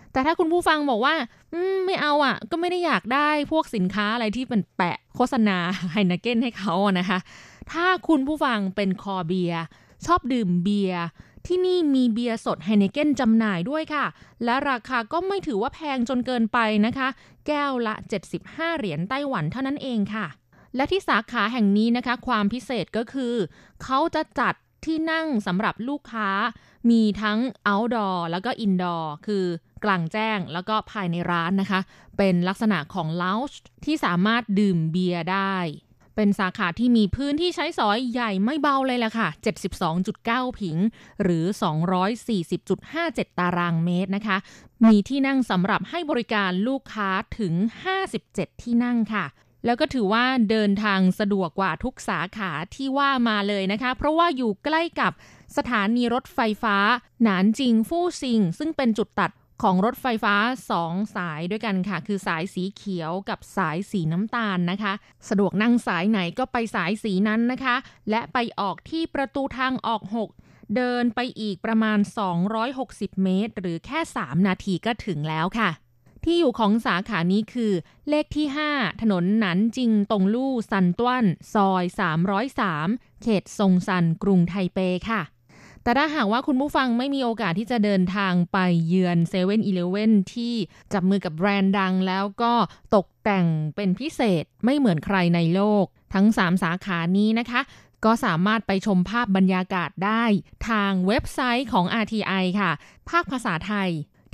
แต่ถ้าคุณผู้ฟังบอกว่าไม่เอาอ่ะก็ไม่ได้อยากได้พวกสินค้าอะไรที่มันแปะโฆษณาไฮเนเก้นให้เขานะคะถ้าคุณผู้ฟังเป็นคอเบียร์ชอบดื่มเบียร์ที่นี่มีเบียร์สดไฮเนเก้นจำหน่ายด้วยค่ะและราคาก็ไม่ถือว่าแพงจนเกินไปนะคะแก้วละ75เหรียญไต้หวันเท่านั้นเองค่ะและที่สาขาแห่งนี้นะคะความพิเศษก็คือเขาจะจัดที่นั่งสำหรับลูกค้ามีทั้ง outdoor แล้วก็ indoor คือกลางแจ้งแล้วก็ภายในร้านนะคะเป็นลักษณะของ lounge ที่สามารถดื่มเบียร์ได้เป็นสาขาที่มีพื้นที่ใช้สอยใหญ่ไม่เบาเลยล่ะค่ะ 72.9 ผิงหรือ 240.57 ตารางเมตรนะคะมีที่นั่งสำหรับให้บริการลูกค้าถึง57ที่นั่งค่ะแล้วก็ถือว่าเดินทางสะดวกกว่าทุกสาขาที่ว่ามาเลยนะคะเพราะว่าอยู่ใกล้กับสถานีรถไฟฟ้าหนานจิงฟู่ซิงซึ่งเป็นจุดตัดของรถไฟฟ้า2สายด้วยกันค่ะคือสายสีเขียวกับสายสีน้ำตาลนะคะสะดวกนั่งสายไหนก็ไปสายสีนั้นนะคะและไปออกที่ประตูทางออก6เดินไปอีกประมาณ260เมตรหรือแค่3นาทีก็ถึงแล้วค่ะที่อยู่ของสาขานี้คือเลขที่5ถนนหนานจิงตงลู่ซันต้วนซอย303เขตซงซันกรุงไทเปค่ะแต่ถ้าหากว่าคุณผู้ฟังไม่มีโอกาสที่จะเดินทางไปเยือน 7-Eleven ที่จับมือกับแบรนด์ดังแล้วก็ตกแต่งเป็นพิเศษไม่เหมือนใครในโลกทั้ง3สาขานี้นะคะก็สามารถไปชมภาพบรรยากาศได้ทางเว็บไซต์ของ RTI ค่ะภาคภาษาไทย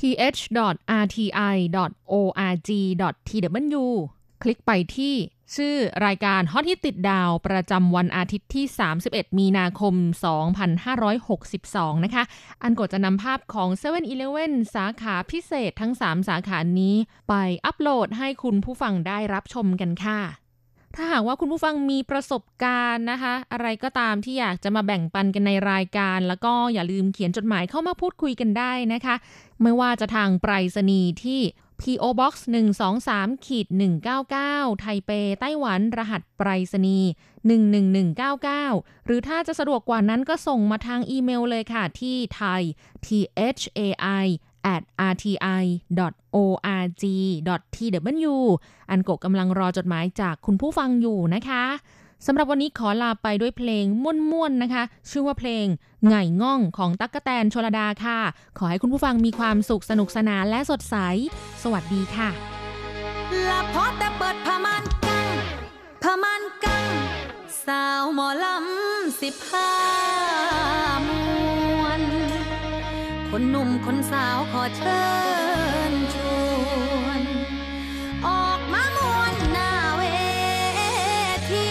th.rti.org.tw คลิกไปที่ชื่อรายการฮอตฮิตติดดาวประจำวันอาทิตย์ที่31มีนาคม2562นะคะอันกดจะนำภาพของ 7-Eleven สาขาพิเศษทั้ง3สาขานี้ไปอัปโหลดให้คุณผู้ฟังได้รับชมกันค่ะถ้าหากว่าคุณผู้ฟังมีประสบการณ์นะคะอะไรก็ตามที่อยากจะมาแบ่งปันกันในรายการแล้วก็อย่าลืมเขียนจดหมายเข้ามาพูดคุยกันได้นะคะไม่ว่าจะทางไปรษณีย์ที่ PO Box 123-199 ไทเปไต้หวันรหัสไปรษณีย์11199หรือถ้าจะสะดวกกว่านั้นก็ส่งมาทางอีเมลเลยค่ะที่ thai@rti.org.tw อันโกกำลังรอจดหมายจากคุณผู้ฟังอยู่นะคะสำหรับวันนี้ขอลาไปด้วยเพลงม่วนๆนะคะชื่อว่าเพลงไง่ง่องของตั๊กแตนชลดาค่ะขอให้คุณผู้ฟังมีความสุขสนุกสนานและสดใสสวัสดีค่ะละพอแต่เปิดผ้าม่านกังสาวหมอลำ15มวนคนหนุ่มคนสาวขอเชิญชวนออกมามวนหน้าเวที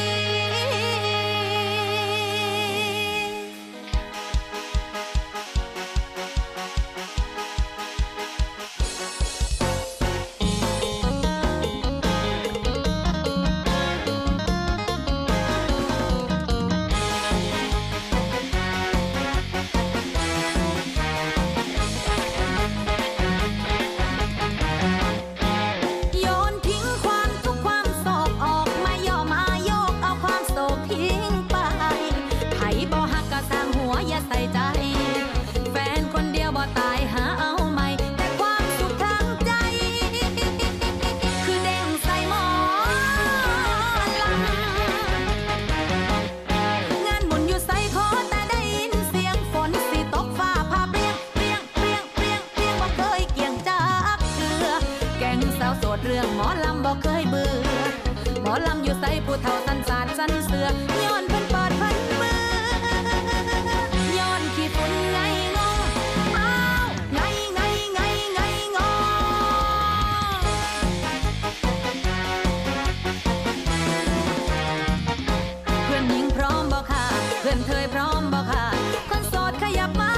เรื่องหมอลำบ่เคยเบื่อหมอลำอยู่ใส่ผู้เฒ่าสันสาดสันเสือย้อนเพิ่นเปิดเพิ่นมือย้อนขี้ฝุ่นไงงออ้าวไงงอเพื่อนหญิงพร้อมบ่ค่ะเพื่อนเธยพร้อมบ่ค่ะคนโสดขยับมา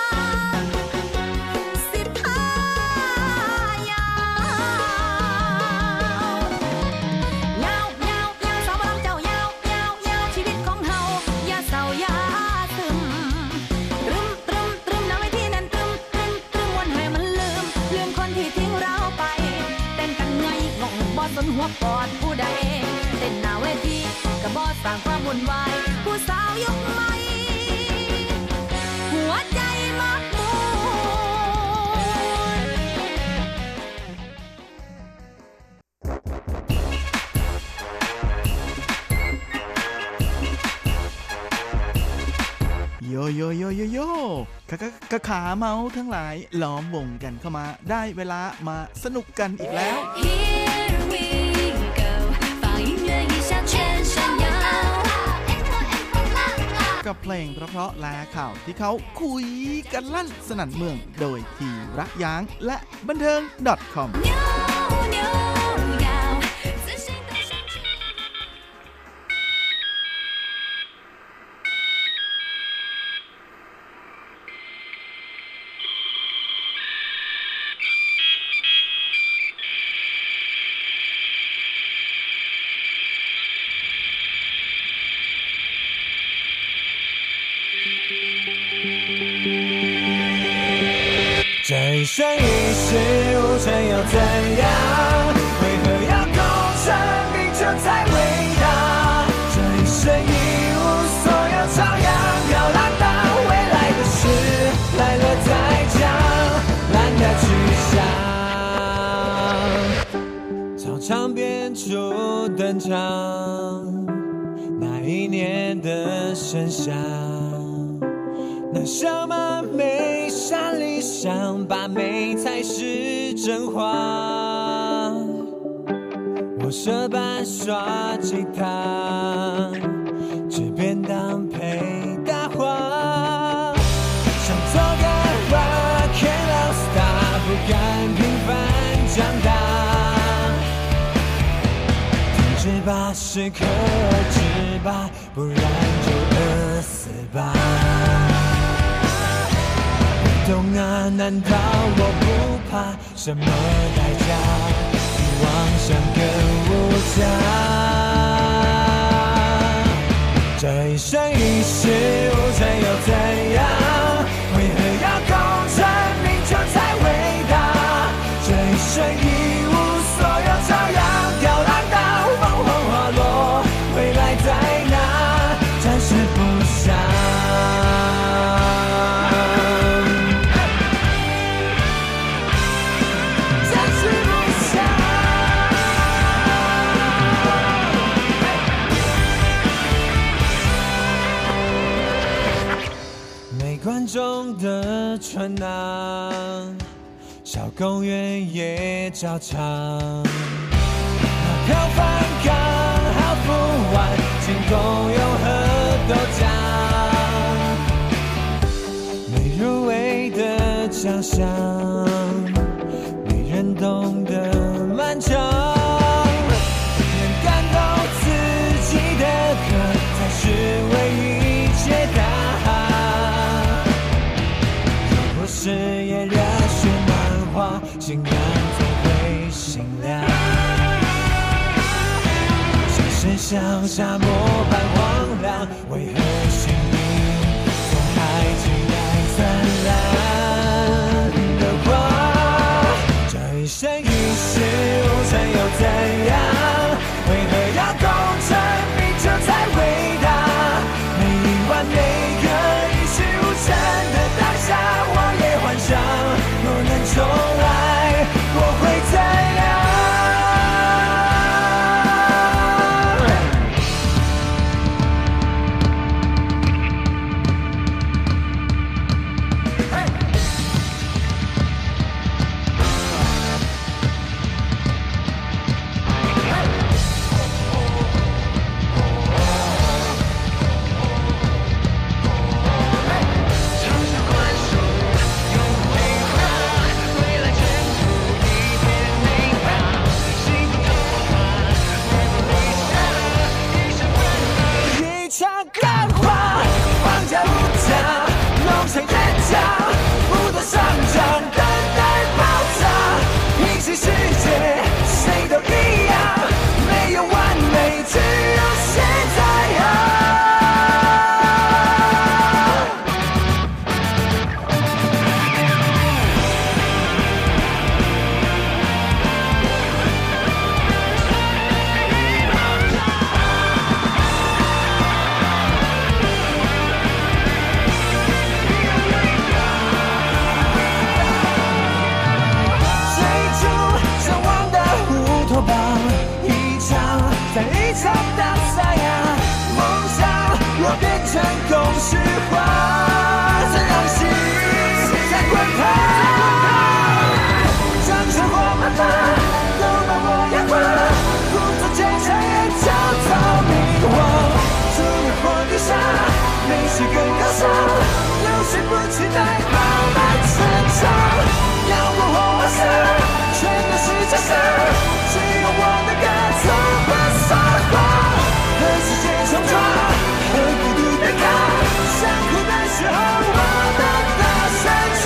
หัวปอดผู้ใดเต้นหน้าเวทีกระบอกสร้างความวุ่นวายผู้สาวยกใหม่หัวใจมักมวยโยโยโยโยโยขาเมาทั้งหลายล้อมวงกันเข้ามาได้เวลามาสนุกกันอีกแล้ว Here we go 放音乐一下全身摇กับเพลงเพราะๆและข่าวที่เขาคุยกันลั่นสนั่นเมืองโดยทีรักย้างและบันเทิง .com 这一生一世无常又怎样？为何要功成名就才伟大？这一生一无所有照样要浪荡，未来的事来了再讲，懒得去想。操场边初登场，那一年的盛夏，那什么美善理想，把美才是真话。我设班耍吉他，吃便当配大话，想做个 rock and roll star， 不敢平凡长大。停止吧，适可而止吧，不然就饿死吧。懂啊，难道我不怕什么代价？欲望像个无价。这一生一世无常又怎样？为何要功成名就才伟大？这一生一无所有照样吊郎当，梦幻花落，未来在哪？暂时不想。观众的春囊，小公园也照常。那票房刚好付完，请共用和豆浆。没入围的奖项，没人懂得漫长。能感动自己的歌，才是唯一解答。事业热血漫画，信仰才会醒亮。现实像沙漠般荒凉，为何心里总还期待灿烂的光？这一生一世无常又怎样？为何要功成名就才伟大？每一晚每个一事无成的当下，若能重来，我会怎样？不得上涨，等待爆炸，平行世界，谁都一样，没有完美，只有现在啊。在一场大赛啊，梦想若变成公式化。 没事更高尚，流水不期待慢慢成长，阳光或晚上全都是假象，只有我的歌从不撒谎，和世界冲撞，和孤独对抗，想哭的时候我们大声唱，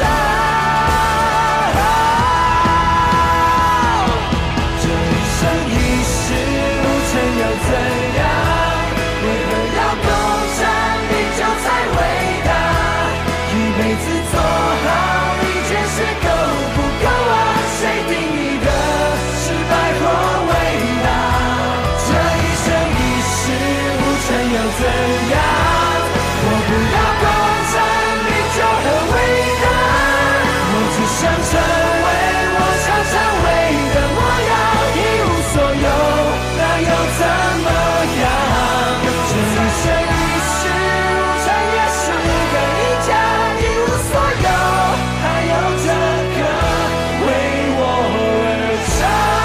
这一生一世无常又怎样，为何要共产比较才伟大，一辈子做好一件事够不够啊，谁定义的失败或伟大，这一生一世无常又怎样，我不要共产比较很伟大，我只想成为我常常为的模样，一无所有那又怎么样，这一生一世无常也是个赢家，一无所有还有这个为我而唱，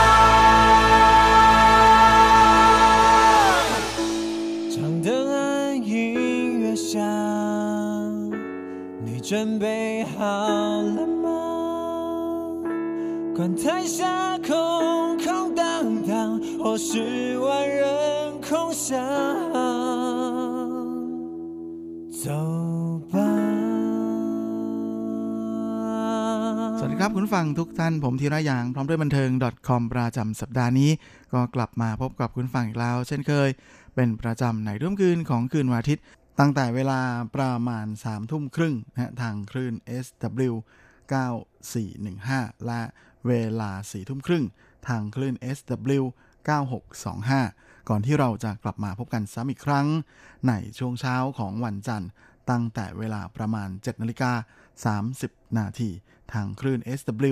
长灯暗音乐响，你准备好了吗？观台下空空荡荡，或是万人空巷，走吧。 สวัสดีครับคุณผู้ฟังทุกท่านผมธีระยางพร้อมด้วยบันเทิง .com ประจำสัปดาห์นี้ก็กลับมาพบกับคุณผู้ฟังอีกแล้วเช่นเคยเป็นประจำในรุ่มคืนของคืนวันอาทิตย์ตั้งแต่เวลาประมาณ 3 ทุ่มครึ่งทางคลื่น SW 9415 และเวลา 4 ทุ่มครึ่งทางคลื่น SW 9625 ก่อนที่เราจะกลับมาพบกันซ้ำอีกครั้งในช่วงเช้าของวันจันทร์ตั้งแต่เวลาประมาณ 7:30 น.ทางคลื่น SW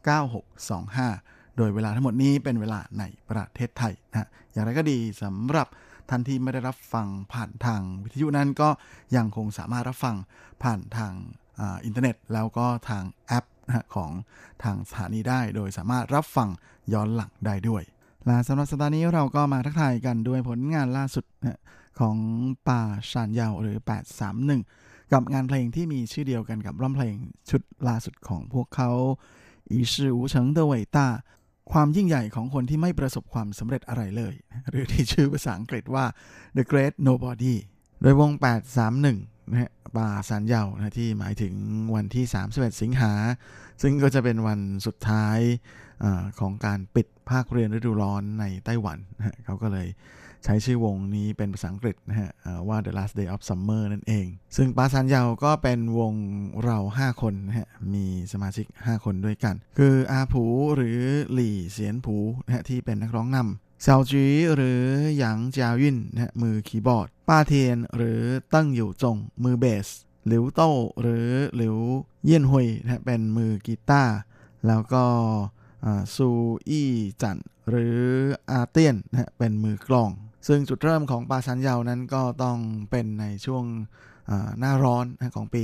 9625 โดยเวลาทั้งหมดนี้เป็นเวลาในประเทศไทยนะอย่างไรก็ดีสำหรับท่านที่ไม่ได้รับฟังผ่านทางวิทยุนั้นก็ยังคงสามารถรับฟังผ่านทางอินเทอร์เน็ตแล้วก็ทางแอปของทางสถานีได้โดยสามารถรับฟังย้อนหลังได้ด้วยและสำหรับสัปดาห์นี้เราก็มาทักทายกันด้วยผลงานล่าสุดของป่าชานเยาหรือ831กับงานเพลงที่มีชื่อเดียวกันกับร้องเพลงชุดล่าสุดของพวกเขาอี事无成的伟大ความยิ่งใหญ่ของคนที่ไม่ประสบความสำเร็จอะไรเลยหรือที่ชื่อภาษาอังกฤษว่า The Great Nobody โดยวง831นะฮะป่าชานเยานะที่หมายถึงวันที่31สิงหาซึ่งก็จะเป็นวันสุดท้ายของการปิดภาคเรียนฤดูร้อนในไต้หวันนะเขาก็เลยใช้ชื่อวงนี้เป็นภาษาอังกฤษนะฮะว่า The Last Day of Summer นั่นเองซึ่งป่าชานเยาก็เป็นวงเรา5คนนะฮะมีสมาชิก5คนด้วยกันคืออาผูหรือหลี่เสียนผูนะฮะที่เป็นนักร้องนำเซาจีหรือหยางจาวินนะฮะมือคีย์บอร์ดป้าเทียนหรือเติ้งอยู่จงมือเบสหลิวโต้หรือหลิวเยี่ยนฮุยนะฮะเป็นมือกีตาร์แล้วก็ซูอี้จันหรืออาเตียนนะฮะเป็นมือกลองซึ่งจุดเริ่มของป่าชานเยานั้นก็ต้องเป็นในช่วงหน้าร้อนของปี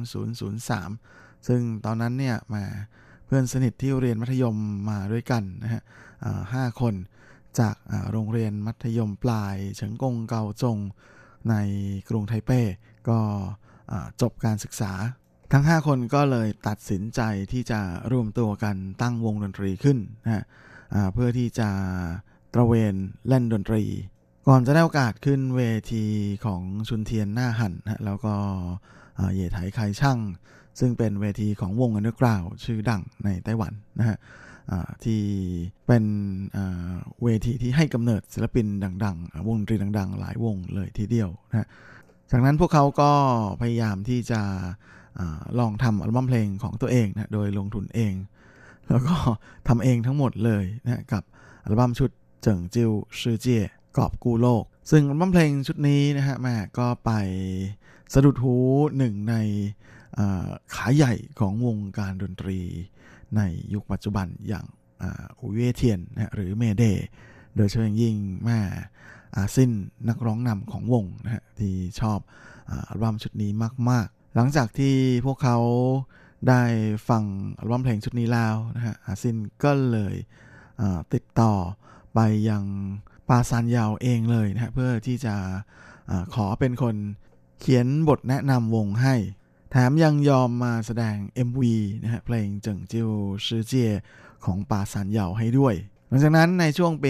2003 ซึ่งตอนนั้นเนี่ยมาเพื่อนสนิทที่เรียนมัธยมมาด้วยกันนะฮะ5 คนจากโรงเรียนมัธยมปลายเฉิงกงเกาจงในกรุงไทเป้ก็จบการศึกษาทั้ง5 คนก็เลยตัดสินใจที่จะรวมตัวกันตั้งวงดนตรีขึ้นนะฮะเพื่อที่จะตระเวนเล่นดนตรีก่อนจะได้โอกาสขึ้นเวทีของชุนเทียนหน้าหั่นนะแล้วก็เหย่ไถไคช่างซึ่งเป็นเวทีของวงอันเดอร์กราวด์ชื่อดังในไต้หวันนะฮะที่เป็นเวทีที่ให้กำเนิดศิลปินดังๆวงดนตรีดังๆหลายวงเลยทีเดียวนะจากนั้นพวกเขาก็พยายามที่จะลองทำอัลบั้มเพลงของตัวเองนะโดยลงทุนเองแล้วก็ทำเองทั้งหมดเลยนะกับอัลบั้มชุดเจิ่งจิ้วชื่อเจี้ยกอบกู้โลกซึ่งอัลบั้มเพลงชุดนี้นะฮะแม่ก็ไปสะดุดหูหนึ่งในขาใหญ่ของวงการดนตรีในยุคปัจจุบันอย่างอูเว่เทียนนะหรือเมเดโดยเฉพาะยิ่งแม่อาซินนักร้องนำของวงนะฮะที่ชอบอัลบั้มชุดนี้มากๆหลังจากที่พวกเขาได้ฟังอัลบั้มเพลงชุดนี้แล้วนะฮะอาซินก็เลยติดต่อไปยังป่าชานเยาเองเลยนะฮะเพื่อที่จะขอเป็นคนเขียนบทแนะนำวงให้แถมยังยอมมาแสดง MV นะฮะเพลงเจิ่งจิ้วชื่อเจียของปาซานเหยาให้ด้วยหลังจากนั้นในช่วงปี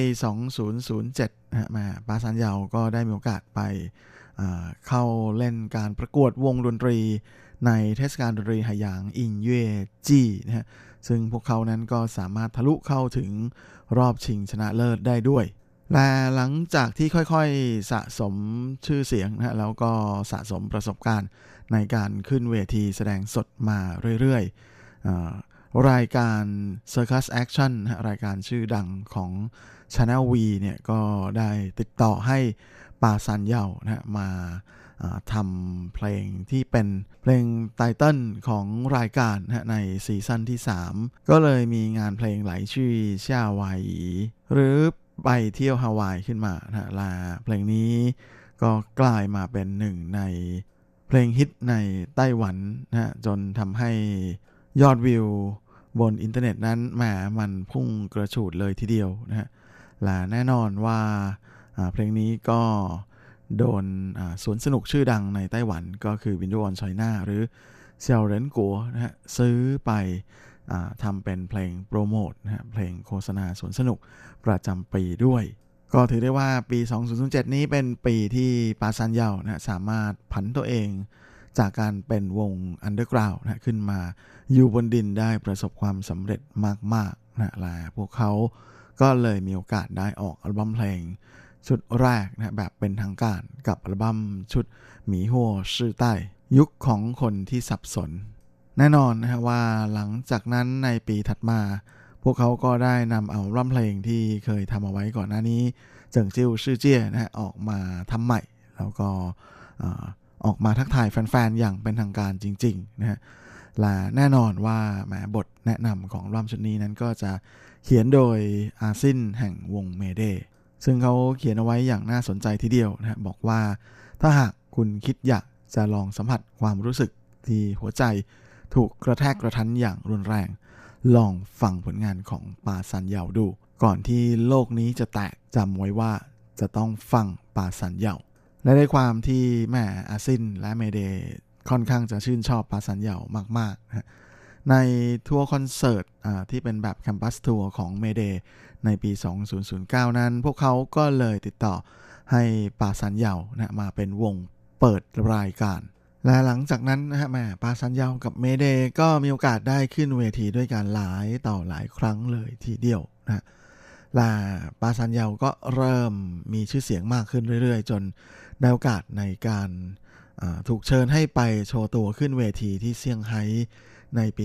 2007 นะฮะปาซานเหยาก็ได้มีโอกาสไปเข้าเล่นการประกวดวงดนตรีในเทศกาลดนตรีไหหยางอิงเย่จี้นะฮะซึ่งพวกเขานั้นก็สามารถทะลุเข้าถึงรอบชิงชนะเลิศได้ด้วยและหลังจากที่ค่อยๆสะสมชื่อเสียงนะแล้วก็สะสมประสบการณ์ในการขึ้นเวทีแสดงสดมาเรื่อยๆรายการ Circus Action นะรายการชื่อดังของ Channel V เนี่ยก็ได้ติดต่อให้ปาซานเหยานะมาทำเพลงที่เป็นเพลงไตเติ้ลของรายการนะในซีซั่นที่ 3ก็เลยมีงานเพลงไหลชื่อเซี่ยวายหรือไปเที่ยวฮาวายขึ้นมานะและเพลงนี้ก็กลายมาเป็นหนึ่งในเพลงฮิตในไต้หวันนะจนทำให้ยอดวิวบนอินเทอร์เน็ตนั้นแหมมันพุ่งกระฉูดเลยทีเดียวนะฮะและแน่นอนว่าเพลงนี้ก็โดนสวนสนุกชื่อดังในไต้หวันก็คือวินโดว์ออนไชน่าหรือเซียวเหรินกัวนะฮะซื้อไปทำเป็นเพลงโปรโมทนะฮะเพลงโฆษณาสวนสนุกประจำปีด้วยก็ถือได้ว่าปี 2007 นี้เป็นปีที่ปาซานเหยานะสามารถผันตัวเองจากการเป็นวงอันเดอร์กราวด์นะขึ้นมาอยู่บนดินได้ประสบความสำเร็จมากๆนะและพวกเขาก็เลยมีโอกาสได้ออกอัลบั้มเพลงชุดแรกนะแบบเป็นทางการกับอัลบั้มชุดหมีหัวชื่อใต้ยุคของคนที่สับสนแน่นอนนะฮะว่าหลังจากนั้นในปีถัดมาพวกเขาก็ได้นำเอาอัลบั้มเพลงที่เคยทำเอาไว้ก่อนหน้านี้เจิ่งจิ้วชื่อเจี้ยนะฮะออกมาทำใหม่แล้วก็ออกมาทักทายแฟนๆอย่างเป็นทางการจริงๆนะฮะและแน่นอนว่าแหมบทแนะนำของอัลบั้มชุดนี้นั้นก็จะเขียนโดยอาซินแห่งวงเมเดซึ่งเขาเขียนเอาไว้อย่างน่าสนใจทีเดียวนะบอกว่าถ้าหากคุณคิดอยากจะลองสัมผัสความรู้สึกที่หัวใจถูกกระแทกกระทันอย่างรุนแรงลองฟังผลงานของปาซานเหยาดูก่อนที่โลกนี้จะแตกจำไว้ว่าจะต้องฟังปาซานเหยาและในความที่แม่อาซินและเมเดค่อนข้างจะชื่นชอบปาซานเหยามากๆนะในทัวร์คอนเสิร์ตที่เป็นแบบแคมปัสทัวร์ของเมเดในปี 2009 นั้นพวกเขาก็เลยติดต่อให้ปาซานเหยานะมาเป็นวงเปิดรายการและหลังจากนั้นนะฮะปาซานเหยากับเมเดก็มีโอกาสได้ขึ้นเวทีด้วยกันหลายต่อหลายครั้งเลยทีเดียวนะและปาซานเหยาก็เริ่มมีชื่อเสียงมากขึ้นเรื่อยๆจนได้โอกาสในการถูกเชิญให้ไปโชว์ตัวขึ้นเวทีที่เซี่ยงไฮ้ในปี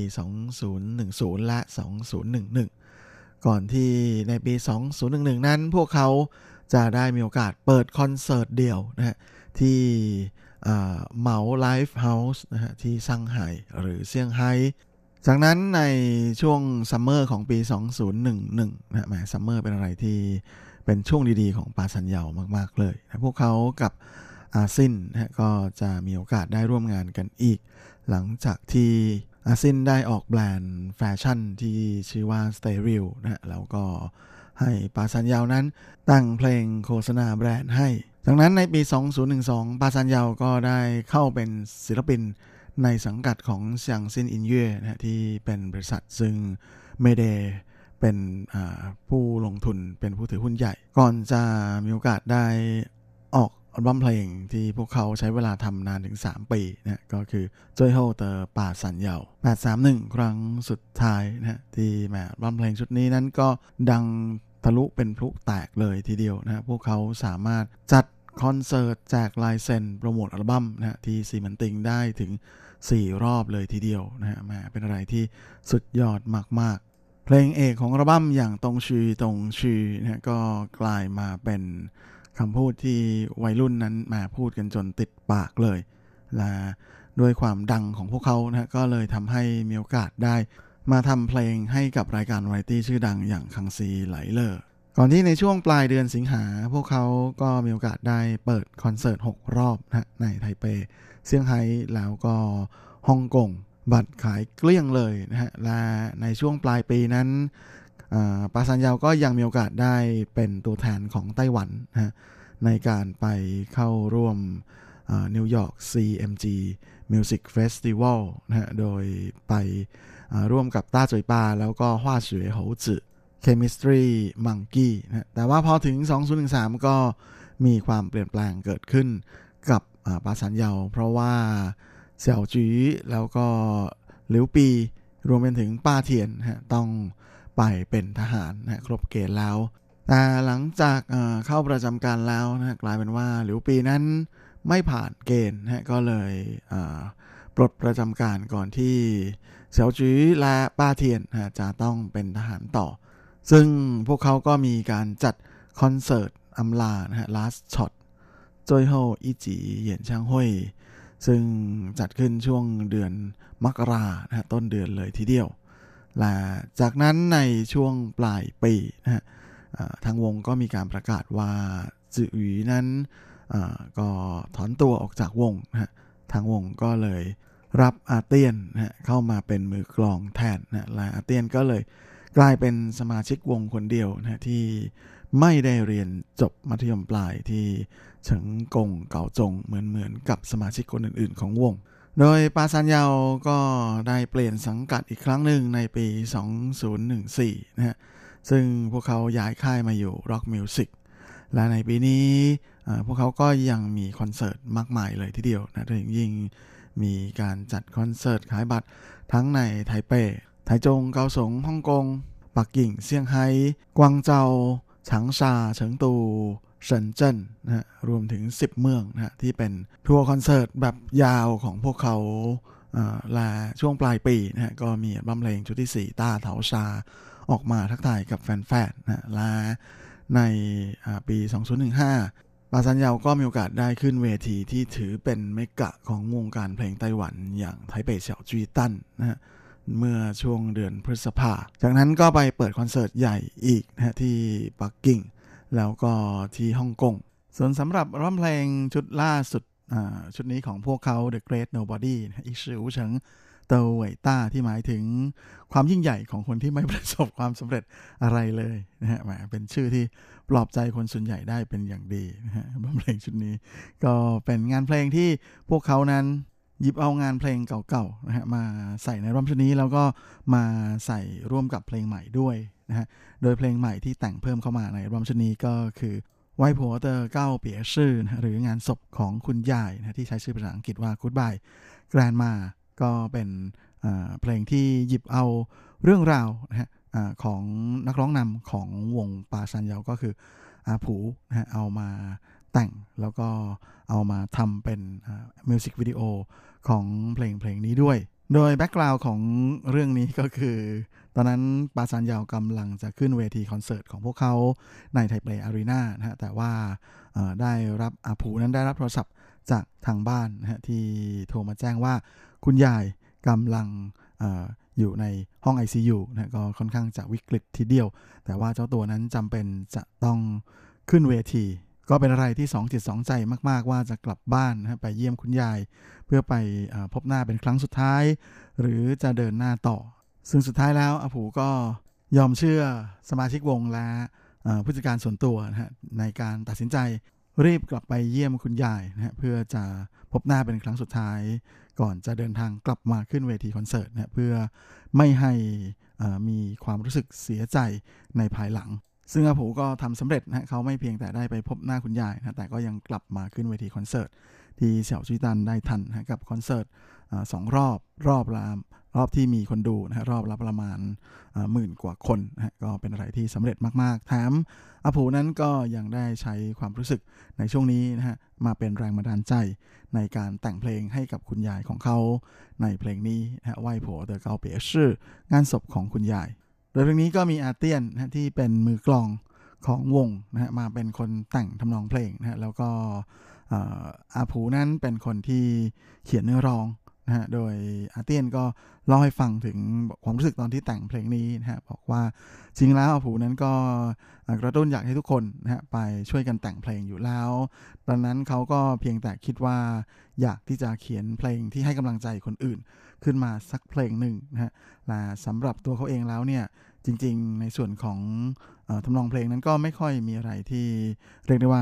2010 และ 2011 ก่อนที่ในปี 2011 นั้นพวกเขาจะได้มีโอกาสเปิดคอนเสิร์ตเดี่ยวนะฮะที่เหมาไลฟ์เฮาส์นะฮะที่ซังไห่หรือเซี่ยงไฮ้จากนั้นในช่วงซัมเมอร์ของปี 2011 นะแหมซัมเมอร์เป็นอะไรที่เป็นช่วงดีๆของปาซานเหยามากๆเลยนะพวกเขากับอาซินนะก็จะมีโอกาสได้ร่วมงานกันอีกหลังจากที่อาซินได้ออกแบรนด์แฟชั่นที่ชื่อว่า Steril นะแล้วก็ให้ปาซานเหยานั้นตั้งเพลงโฆษณาแบรนด์ให้จากนั้นในปี 2012 ปาซานเหยาก็ได้เข้าเป็นศิลปินในสังกัดของเซียงซินอินเย่นะที่เป็นบริษัทซึ่งเมเดเป็นผู้ลงทุนเป็นผู้ถือหุ้นใหญ่ก่อนจะมีโอกาสได้ออกอัลบั้มเพลงที่พวกเขาใช้เวลาทำนานถึง3 ปีนะก็คือจ้อยโฮเตอร์ปาซานเหยา831 ครั้งสุดท้ายนะที่แม้อัลบั้มเพลงชุดนี้นั้นก็ดังทะลุเป็นพลุแตกเลยทีเดียวนะพวกเขาสามารถจัดคอนเสิร์ตแจกลายเซ็นโปรโมทอัลบั้มนะที่ซีมันติงได้ถึง4 รอบเลยทีเดียวนะแม้เป็นอะไรที่สุดยอดมากๆเพลงเอกของอัลบั้มอย่างตงชีนะก็กลายมาเป็นคำพูดที่วัยรุ่นนั้นมาพูดกันจนติดปากเลยและด้วยความดังของพวกเขานะก็เลยทำให้มีโอกาสได้มาทำเพลงให้กับรายการวาไรตี้ชื่อดังอย่างคังซีไหลเลอร์ก่อนที่ในช่วงปลายเดือนสิงหาพวกเขาก็มีโอกาสได้เปิดคอนเสิร์ต6 รอบนะในไทเปเซี่ยงไฮ้แล้วก็ฮ่องกงบัตรขายเกลี้ยงเลยนะฮะและในช่วงปลายปีนั้นปาซานเหยาก็ยังมีโอกาสได้เป็นตัวแทนของไต้หวันนะในการไปเข้าร่วมนิวยอร์ก CMG Music Festival นะฮะโดยไปร่วมกับต้าจุยปาแล้วก็ฮวาเสวยโหจื่อ Chemistry Monkey นะแต่ว่าพอถึง2013ก็มีความเปลี่ยนแปลงเกิดขึ้นกับปาซันเยาเพราะว่าเสี่ยวจื้อแล้วก็หลิวปีรวมไปถึงป้าเทียนนะต้องไปเป็นทหารนะครบเกณฑ์แล้วแต่หลังจากเข้าประจำการแล้วนะกลายเป็นว่าหลิวปีนั้นไม่ผ่านเกณฑ์นะก็เลยปลดประจำการก่อนที่เสี่ยวจื้อและป้าเทียนนะจะต้องเป็นทหารต่อซึ่งพวกเขาก็มีการจัดคอนเสิร์ตอำลานะฮะ Last Shot 最後一集演唱會ซึ่งจัดขึ้นช่วงเดือนมกรานะฮะต้นเดือนเลยทีเดียวและจากนั้นในช่วงปลายปีนะฮะทางวงก็มีการประกาศว่าจื่อหวีนั้นก็ถอนตัวออกจากวงนะฮะทางวงก็เลยรับอาเตียนนะฮะเข้ามาเป็นมือกลองแทนนะและอาเตียนก็เลยกลายเป็นสมาชิกวงคนเดียวนะที่ไม่ได้เรียนจบมัธยมปลายที่เฉิงกงเก่าจงเหมือนกับสมาชิกคนอื่นๆของวงโดยปาซันเยาก็ได้เปลี่ยนสังกัดอีกครั้งหนึ่งในปี 2014 นะฮะซึ่งพวกเขาย้ายค่ายมาอยู่ Rock Music และในปีนี้พวกเขาก็ยังมีคอนเสิร์ตมากมายเลยทีเดียวนะโดยยิ่งมีการจัดคอนเสิร์ตขายบัตรทั้งในไทเป้ไทจงเกาสงฮ่องกงปักกิ่งเซี่ยงไฮ้กวางเจาฉางซาเฉิงตูเซินเจิ้นนะฮะรวมถึง10เมืองนะฮะที่เป็นทัวร์คอนเสิร์ตแบบยาวของพวกเขาและช่วงปลายปีนะฮะก็มีอัลบั้มเพลงชุดที่4ต้าเถาชาออกมาทักทายกับแฟนๆนะและในปี 2015ปาซันเยาก็มีโอกาสได้ขึ้นเวทีที่ถือเป็นเมกะของวงการเพลงไต้หวันอย่างไทเป่เสี่ยวจุยตั้นนะฮะเมื่อช่วงเดือนพฤษภาคมจากนั้นก็ไปเปิดคอนเสิร์ตใหญ่อีกนะฮะที่ปักกิ่งแล้วก็ที่ฮ่องกงส่วนสำหรับร้องเพลงชุดล่าสุดชุดนี้ของพวกเขา The Great Nobody อีชื่ออูเฉิงเตาเหว่ยต้าที่หมายถึงความยิ่งใหญ่ของคนที่ไม่ประสบความสำเร็จอะไรเลยนะฮะเป็นชื่อที่ปลอบใจคนส่วนใหญ่ได้เป็นอย่างดีนะฮะเพลงชุดนี้ก็เป็นงานเพลงที่พวกเขานั้นหยิบเอางานเพลงเก่าๆนะฮะมาใส่ในอัลบั้มชุดนี้แล้วก็มาใส่ร่วมกับเพลงใหม่ด้วยนะฮะโดยเพลงใหม่ที่แต่งเพิ่มเข้ามาในอัลบั้มชุดนี้ก็คือไวผัวเตอร์เก้าเปี๋ยชื่อนะหรืองานศพของคุณยายนะที่ใช้ชื่อภาษาอังกฤษว่า Goodbye Grandma ก็เป็นเพลงที่หยิบเอาเรื่องราวนะฮะของนักร้องนำของวงปาซันเยาก็คืออาผูนะฮะเอามาแต่งแล้วก็เอามาทำเป็นมิวสิกวิดีโอของเพลงนี้ด้วยโดยแบ็คกราวด์ของเรื่องนี้ก็คือตอนนั้นปาซันเยากำลังจะขึ้นเวทีคอนเสิร์ตของพวกเขาในไทเปอารีนานะฮะแต่ว่าได้รับอาผูนั้นได้รับโทรศัพท์จากทางบ้านนะฮะที่โทรมาแจ้งว่าคุณยายกำลังอยู่ในห้อง ICU นะก็ค่อนข้างจะวิกฤตทีเดียวแต่ว่าเจ้าตัวนั้นจำเป็นจะต้องขึ้นเวทีก็เป็นอะไรที่2จิต2ใจมากๆว่าจะกลับบ้านนะไปเยี่ยมคุณยายเพื่อไปพบหน้าเป็นครั้งสุดท้ายหรือจะเดินหน้าต่อซึ่งสุดท้ายแล้วอาผูก็ยอมเชื่อสมาชิกวงและผู้จัดการส่วนตัวนะฮะในการตัดสินใจรีบกลับไปเยี่ยมคุณยายนะฮะเพื่อจะพบหน้าเป็นครั้งสุดท้ายก่อนจะเดินทางกลับมาขึ้นเวทีคอนเสิร์ตนะเพื่อไม่ให้มีความรู้สึกเสียใจในภายหลังซึ่งอาผูก็ทำสำเร็จนะเขาไม่เพียงแต่ได้ไปพบหน้าคุณยายนะแต่ก็ยังกลับมาขึ้นเวทีคอนเสิร์ตที่เสี่ยวจุยตันได้ทันนะกับคอนเสิร์ต2รอบที่มีคนดูนะรอบละประมาณ10,000 กว่าคนนะก็เป็นอะไรที่สำเร็จมากๆแถมอาผูนั้นก็ยังได้ใช้ความรู้สึกในช่วงนี้นะฮะมาเป็นแรงบันดาลใจในการแต่งเพลงให้กับคุณยายของเขาในเพลงนี้นะไหว้ผัวเตอเกาเปี๋ยชื่องานศพของคุณยายโดยเพลงนี้ก็มีอาเตียนนะที่เป็นมือกลองของวงนะฮะมาเป็นคนแต่งทำนองเพลงนะฮะแล้วก็อาผูนั้นเป็นคนที่เขียนเนื้อร้องนะฮะโดยอาเตียนก็เล่าให้ฟังถึงความรู้สึกตอนที่แต่งเพลงนี้นะฮะบอกว่าจริงแล้วอาผูนั้นก็กระตุ้นอยากให้ทุกคนนะฮะไปช่วยกันแต่งเพลงอยู่แล้วตอนนั้นเขาก็เพียงแต่คิดว่าอยากที่จะเขียนเพลงที่ให้กำลังใจคนอื่นขึ้นมาสักเพลงหนึ่งนะฮะและสำหรับตัวเขาเองแล้วเนี่ยจริงๆในส่วนของทำนองเพลงนั้นก็ไม่ค่อยมีอะไรที่เรียกได้ว่า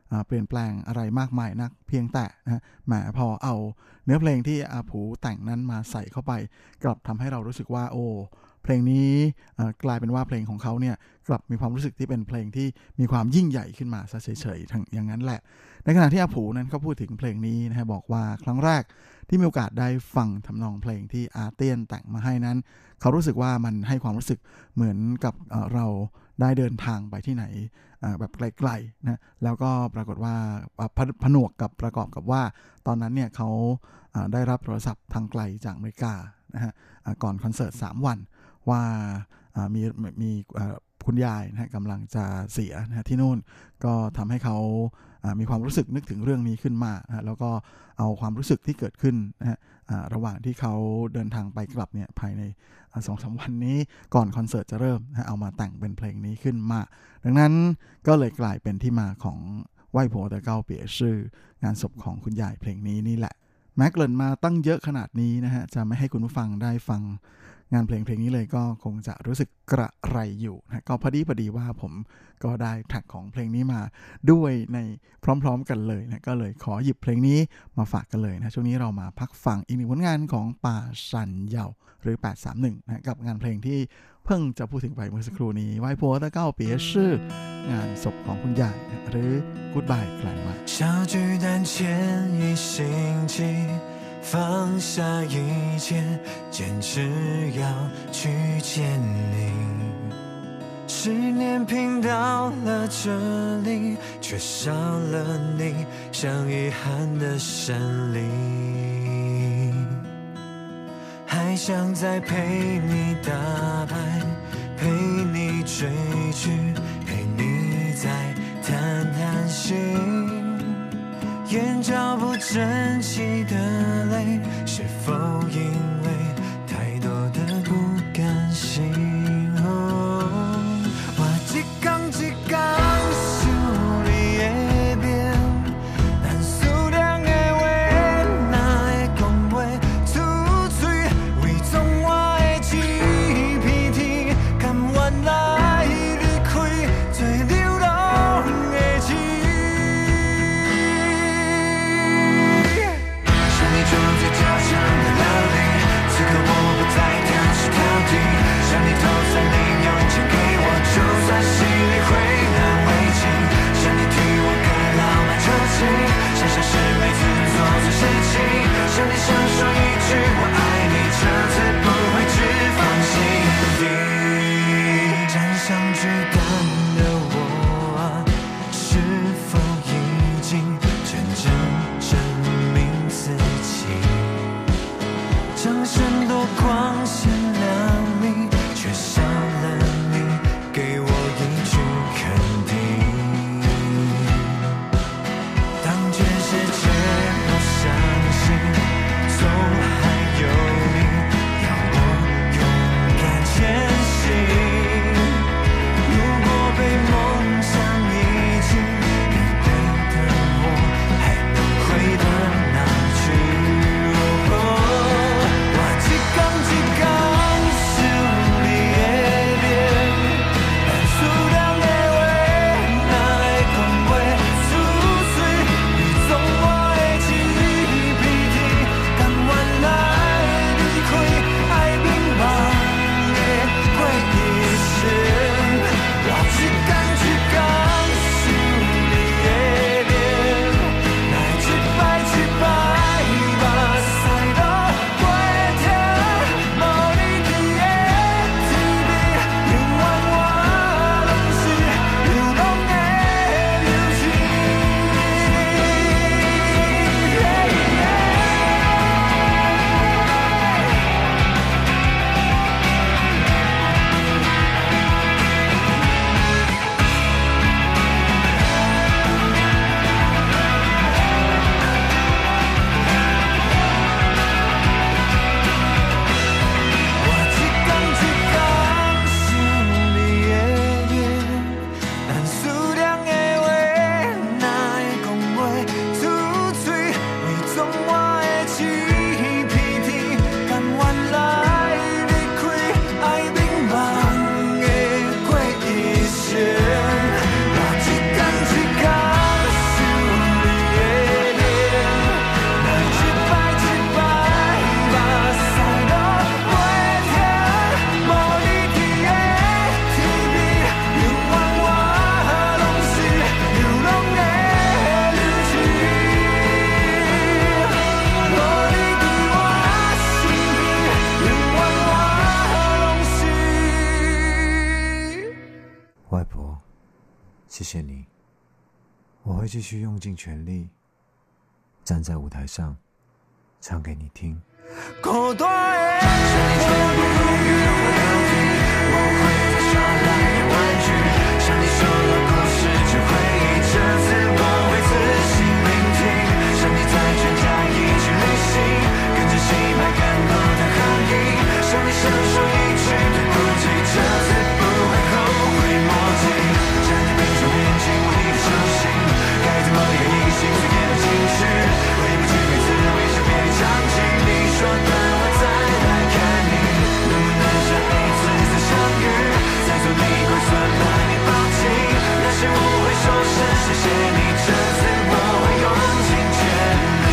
เปลี่ยนแปลงอะไรมากมายนักเพียงแต่นะแหมพอเอาเนื้อเพลงที่อาผูแต่งนั้นมาใส่เข้าไปกลับทำให้เรารู้สึกว่าโอ้เพลงนี้กลายเป็นว่าเพลงของเขาเนี่ยกลับมีความรู้สึกที่เป็นเพลงที่มีความยิ่งใหญ่ขึ้นมาซะเฉยๆทั้งอย่างนั้นแหละในขณะที่อาผูนั้นเขาพูดถึงเพลงนี้นะฮะบอกว่าครั้งแรกที่มีโอกาสได้ฟังทำนองเพลงที่อาเตียนแต่งมาให้นั้นเขารู้สึกว่ามันให้ความรู้สึกเหมือนกับเราได้เดินทางไปที่ไหนแบบไกลๆนะแล้วก็ปรากฏว่าผนวกกับประกอบกับว่าตอนนั้นเนี่ยเขาได้รับโทรศัพท์ทางไกลจากอเมริกานะฮะก่อนคอนเสิร์ต3 วันว่ามีคุณยายนะกำลังจะเสียนะที่นู่นก็ทำให้เขามีความรู้สึกนึกถึงเรื่องนี้ขึ้นมานะแล้วก็เอาความรู้สึกที่เกิดขึ้นนะฮะระหว่างที่เขาเดินทางไปกลับเนี่ยภายใน2-3 วันนี้ก่อนคอนเสิร์ตจะเริ่มนะเอามาแต่งเป็นเพลงนี้ขึ้นมาดังนั้นก็เลยกลายเป็นที่มาของไหว้ผัวแต่เก้าเปียชื่องานศพของคุณยายเพลงนี้นี่แหละแม้เกริ่นมาตั้งเยอะขนาดนี้นะฮะจะไม่ให้คุณผู้ฟังได้ฟังงานเพลงนี้เลยก็คงจะรู้สึกกระไรอยู่นะก็พอดีว่าผมก็ได้แท็กของเพลงนี้มาด้วยในพร้อมๆกันเลยนะก็เลยขอหยิบเพลงนี้มาฝากกันเลยนะช่วงนี้เรามาพักฟังอีกหนึ่งผลงานของป่าสันเหยาหรือ831นะกับงานเพลงที่เพิ่งจะพูดถึงไปเมื่อสักครู่นี้ไหว้ผัวแต่เก้าเปียชื่องานศพของคุณยายนะหรือ Goodbye แคลนมา小巨蛋前1星期放下一切坚持要去见你10年拼到了这里却少了你像遗憾的胜利还想再陪你打牌陪你追剧陪你再谈谈心眼角不争气的泪是否因为太多的不甘心我一天一天想你的面但思念的话哪会讲袂出嘴为总我的一片天甘愿来离开做流浪的痴像你住在家乡的老里谢谢你，我会继续用尽全力站在舞台上唱给你听。够多爱，像你全部永远会到底，我会再说来一万句，像你说了故事就回忆，这次我会仔细聆听，像你在全家一起旅行，跟着戏拍更多的航影，像你想说一句对不起，这次不会后悔莫及，站在冰上面亲吻你的手心，该怎么演绎心碎的情绪，回不去每次微笑别唱起，你说的我再来看你，能不能下一次再相遇，再做你乖孙把你抱紧，那些我会说声谢谢你，这次我会用尽全力。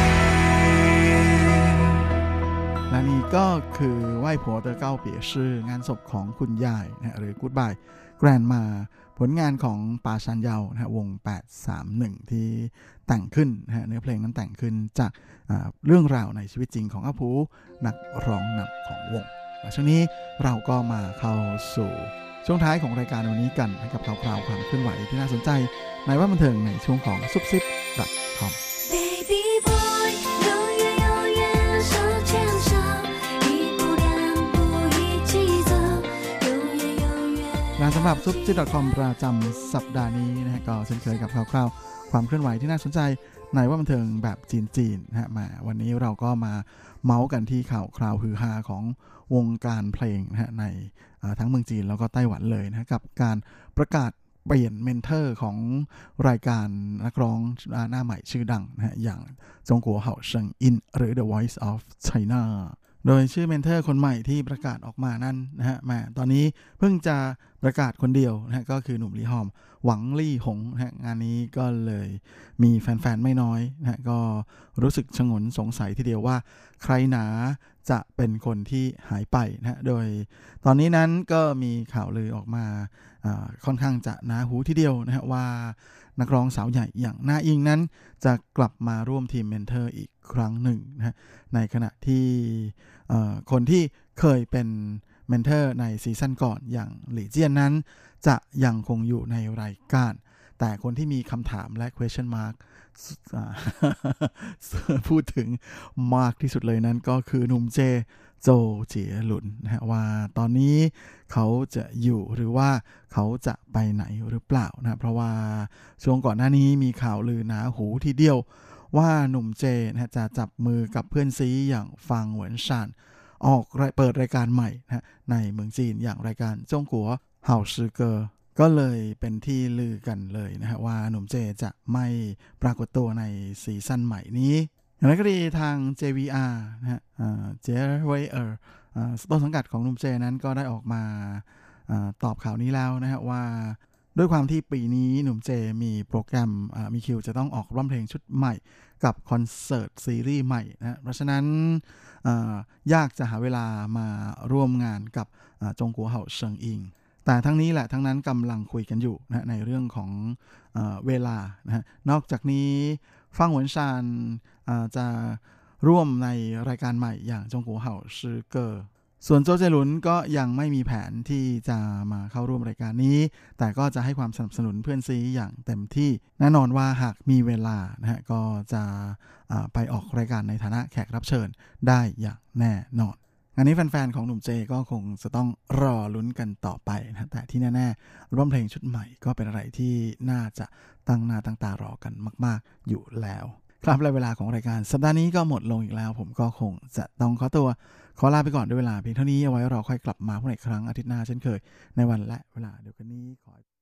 และนี่ก็คือไหว้ผัวเตอเก้าเปียชื่องานศพของคุณยายนะหรือ Goodbye Grandma ผลงานของปาชันเยานะวง831ที่แต่งขึ้นนะเนื้อเพลงนั้นแต่งขึ้นจากเรื่องราวในชีวิตจริงของอาภูนักร้องนำของวงช่วงนี้เราก็มาเข้าสู่ช่วงท้ายของรายการวันนี้กันกับข่าวคราวความเคลื่อนไหวที่น่าสนใจในว่าบันเทิงในช่วงของซุปซิป.com Baby boy 永远永远手牵手一步两步一起走永远永远และสำหรับซุปซิป.com ประจำสัปดาห์นี้นะก็เช่นเคยกับข่าวคราวความเคลื่อนไหวที่น่าสนใจในว่าบันเทิงแบบจีนๆนะมาวันนี้เราก็มาเมาส์กันที่ข่าวคราวฮือฮาของวงการเพลงนะในทั้งเมืองจีนแล้วก็ไต้หวันเลยนะกับการประกาศเปลี่ยนเมนเทอร์ของรายการนักร้องหน้าใหม่ชื่อดังนะอย่างจงกัวเห่าเซิงอินหรือ The Voice of China โดยชื่อเมนเทอร์คนใหม่ที่ประกาศออกมานั้นนะฮะมาตอนนี้เพิ่งจะประกาศคนเดียวนะก็คือหนุ่มลี่ฮอมหวังลี่หงนะงานนี้ก็เลยมีแฟนๆไม่น้อยนะก็รู้สึกชงนสงสัยทีเดียวว่าใครหนาจะเป็นคนที่หายไปนะโดยตอนนี้นั้นก็มีข่าวลือออกมาค่อนข้างจะหนาหูทีเดียวนะฮะว่านักร้องสาวใหญ่อย่างนาอิงนั้นจะกลับมาร่วมทีมเมนเทอร์อีกครั้งหนึ่งนะในขณะที่คนที่เคยเป็นเมนเทอร์ในซีซั่นก่อนอย่างหลี่เจี้ยนนั้นจะยังคงอยู่ในรายการแต่คนที่มีคำถามและ question mark พูดถึงมากที่สุดเลยนั้นก็คือหนุ่มเจโจเจี๋ยหลุนนะฮะว่าตอนนี้เขาจะอยู่หรือว่าเขาจะไปไหนหรือเปล่านะเพราะว่าช่วงก่อนหน้านี้มีข่าวลือหนาหูทีเดียวว่าหนุ่มเจนะจะจับมือกับเพื่อนซีอย่างฟางเหวินซานออกเปิดรายการใหม่นะในเมืองจีนอย่างรายการจงกัวเห่าซือเกอก็เลยเป็นที่ลือกันเลยนะฮะว่าหนุ่มเจจะไม่ปรากฏตัวในซีซั่นใหม่นี้อย่างไรก็ดีทาง JVR นะฮะJVR ต้นสังกัดของหนุ่มเจนั้นก็ได้ออกมาตอบข่าวนี้แล้วนะฮะว่าด้วยความที่ปีนี้หนุ่มเจมีโปรแกรมมีคิวจะต้องออกร้องเพลงชุดใหม่กับคอนเสิร์ตซีรีส์ใหม่นะเพราะฉะนั้นยากจะหาเวลามาร่วมงานกับจงกัวเห่าเซิงอิงแต่ทั้งนี้แหละทั้งนั้นกำลังคุยกันอยู่นะในเรื่องของเวลานะนอกจากนี้ฟางเหวินซานจะร่วมในรายการใหม่อย่างจงกัวเห่าซือเกอส่วนโจเจหลุนก็ยังไม่มีแผนที่จะมาเข้าร่วมรายการนี้แต่ก็จะให้ความสนับสนุนเพื่อนซีอย่างเต็มที่แน่นอนว่าหากมีเวลานะฮะก็จะไปออกรายการในฐานะแขกรับเชิญได้อย่างแน่นอนงานนี้แฟนๆของหนุ่มเจก็คงจะต้องรอลุ้นกันต่อไปนะแต่ที่แน่ๆร่วมเพลงชุดใหม่ก็เป็นอะไรที่น่าจะตั้งหน้าตั้งตารอกันมากๆอยู่แล้วครับและเวลาของรายการสัปดาห์นี้ก็หมดลงอีกแล้วผมก็คงจะต้องขอลาไปก่อนด้วยเวลาเพียงเท่านี้เอาไว้รอค่อยกลับมาพบกันอีกครั้งอาทิตย์หน้าเช่นเคยในวันและเวลาเดียวกันนี้ขอ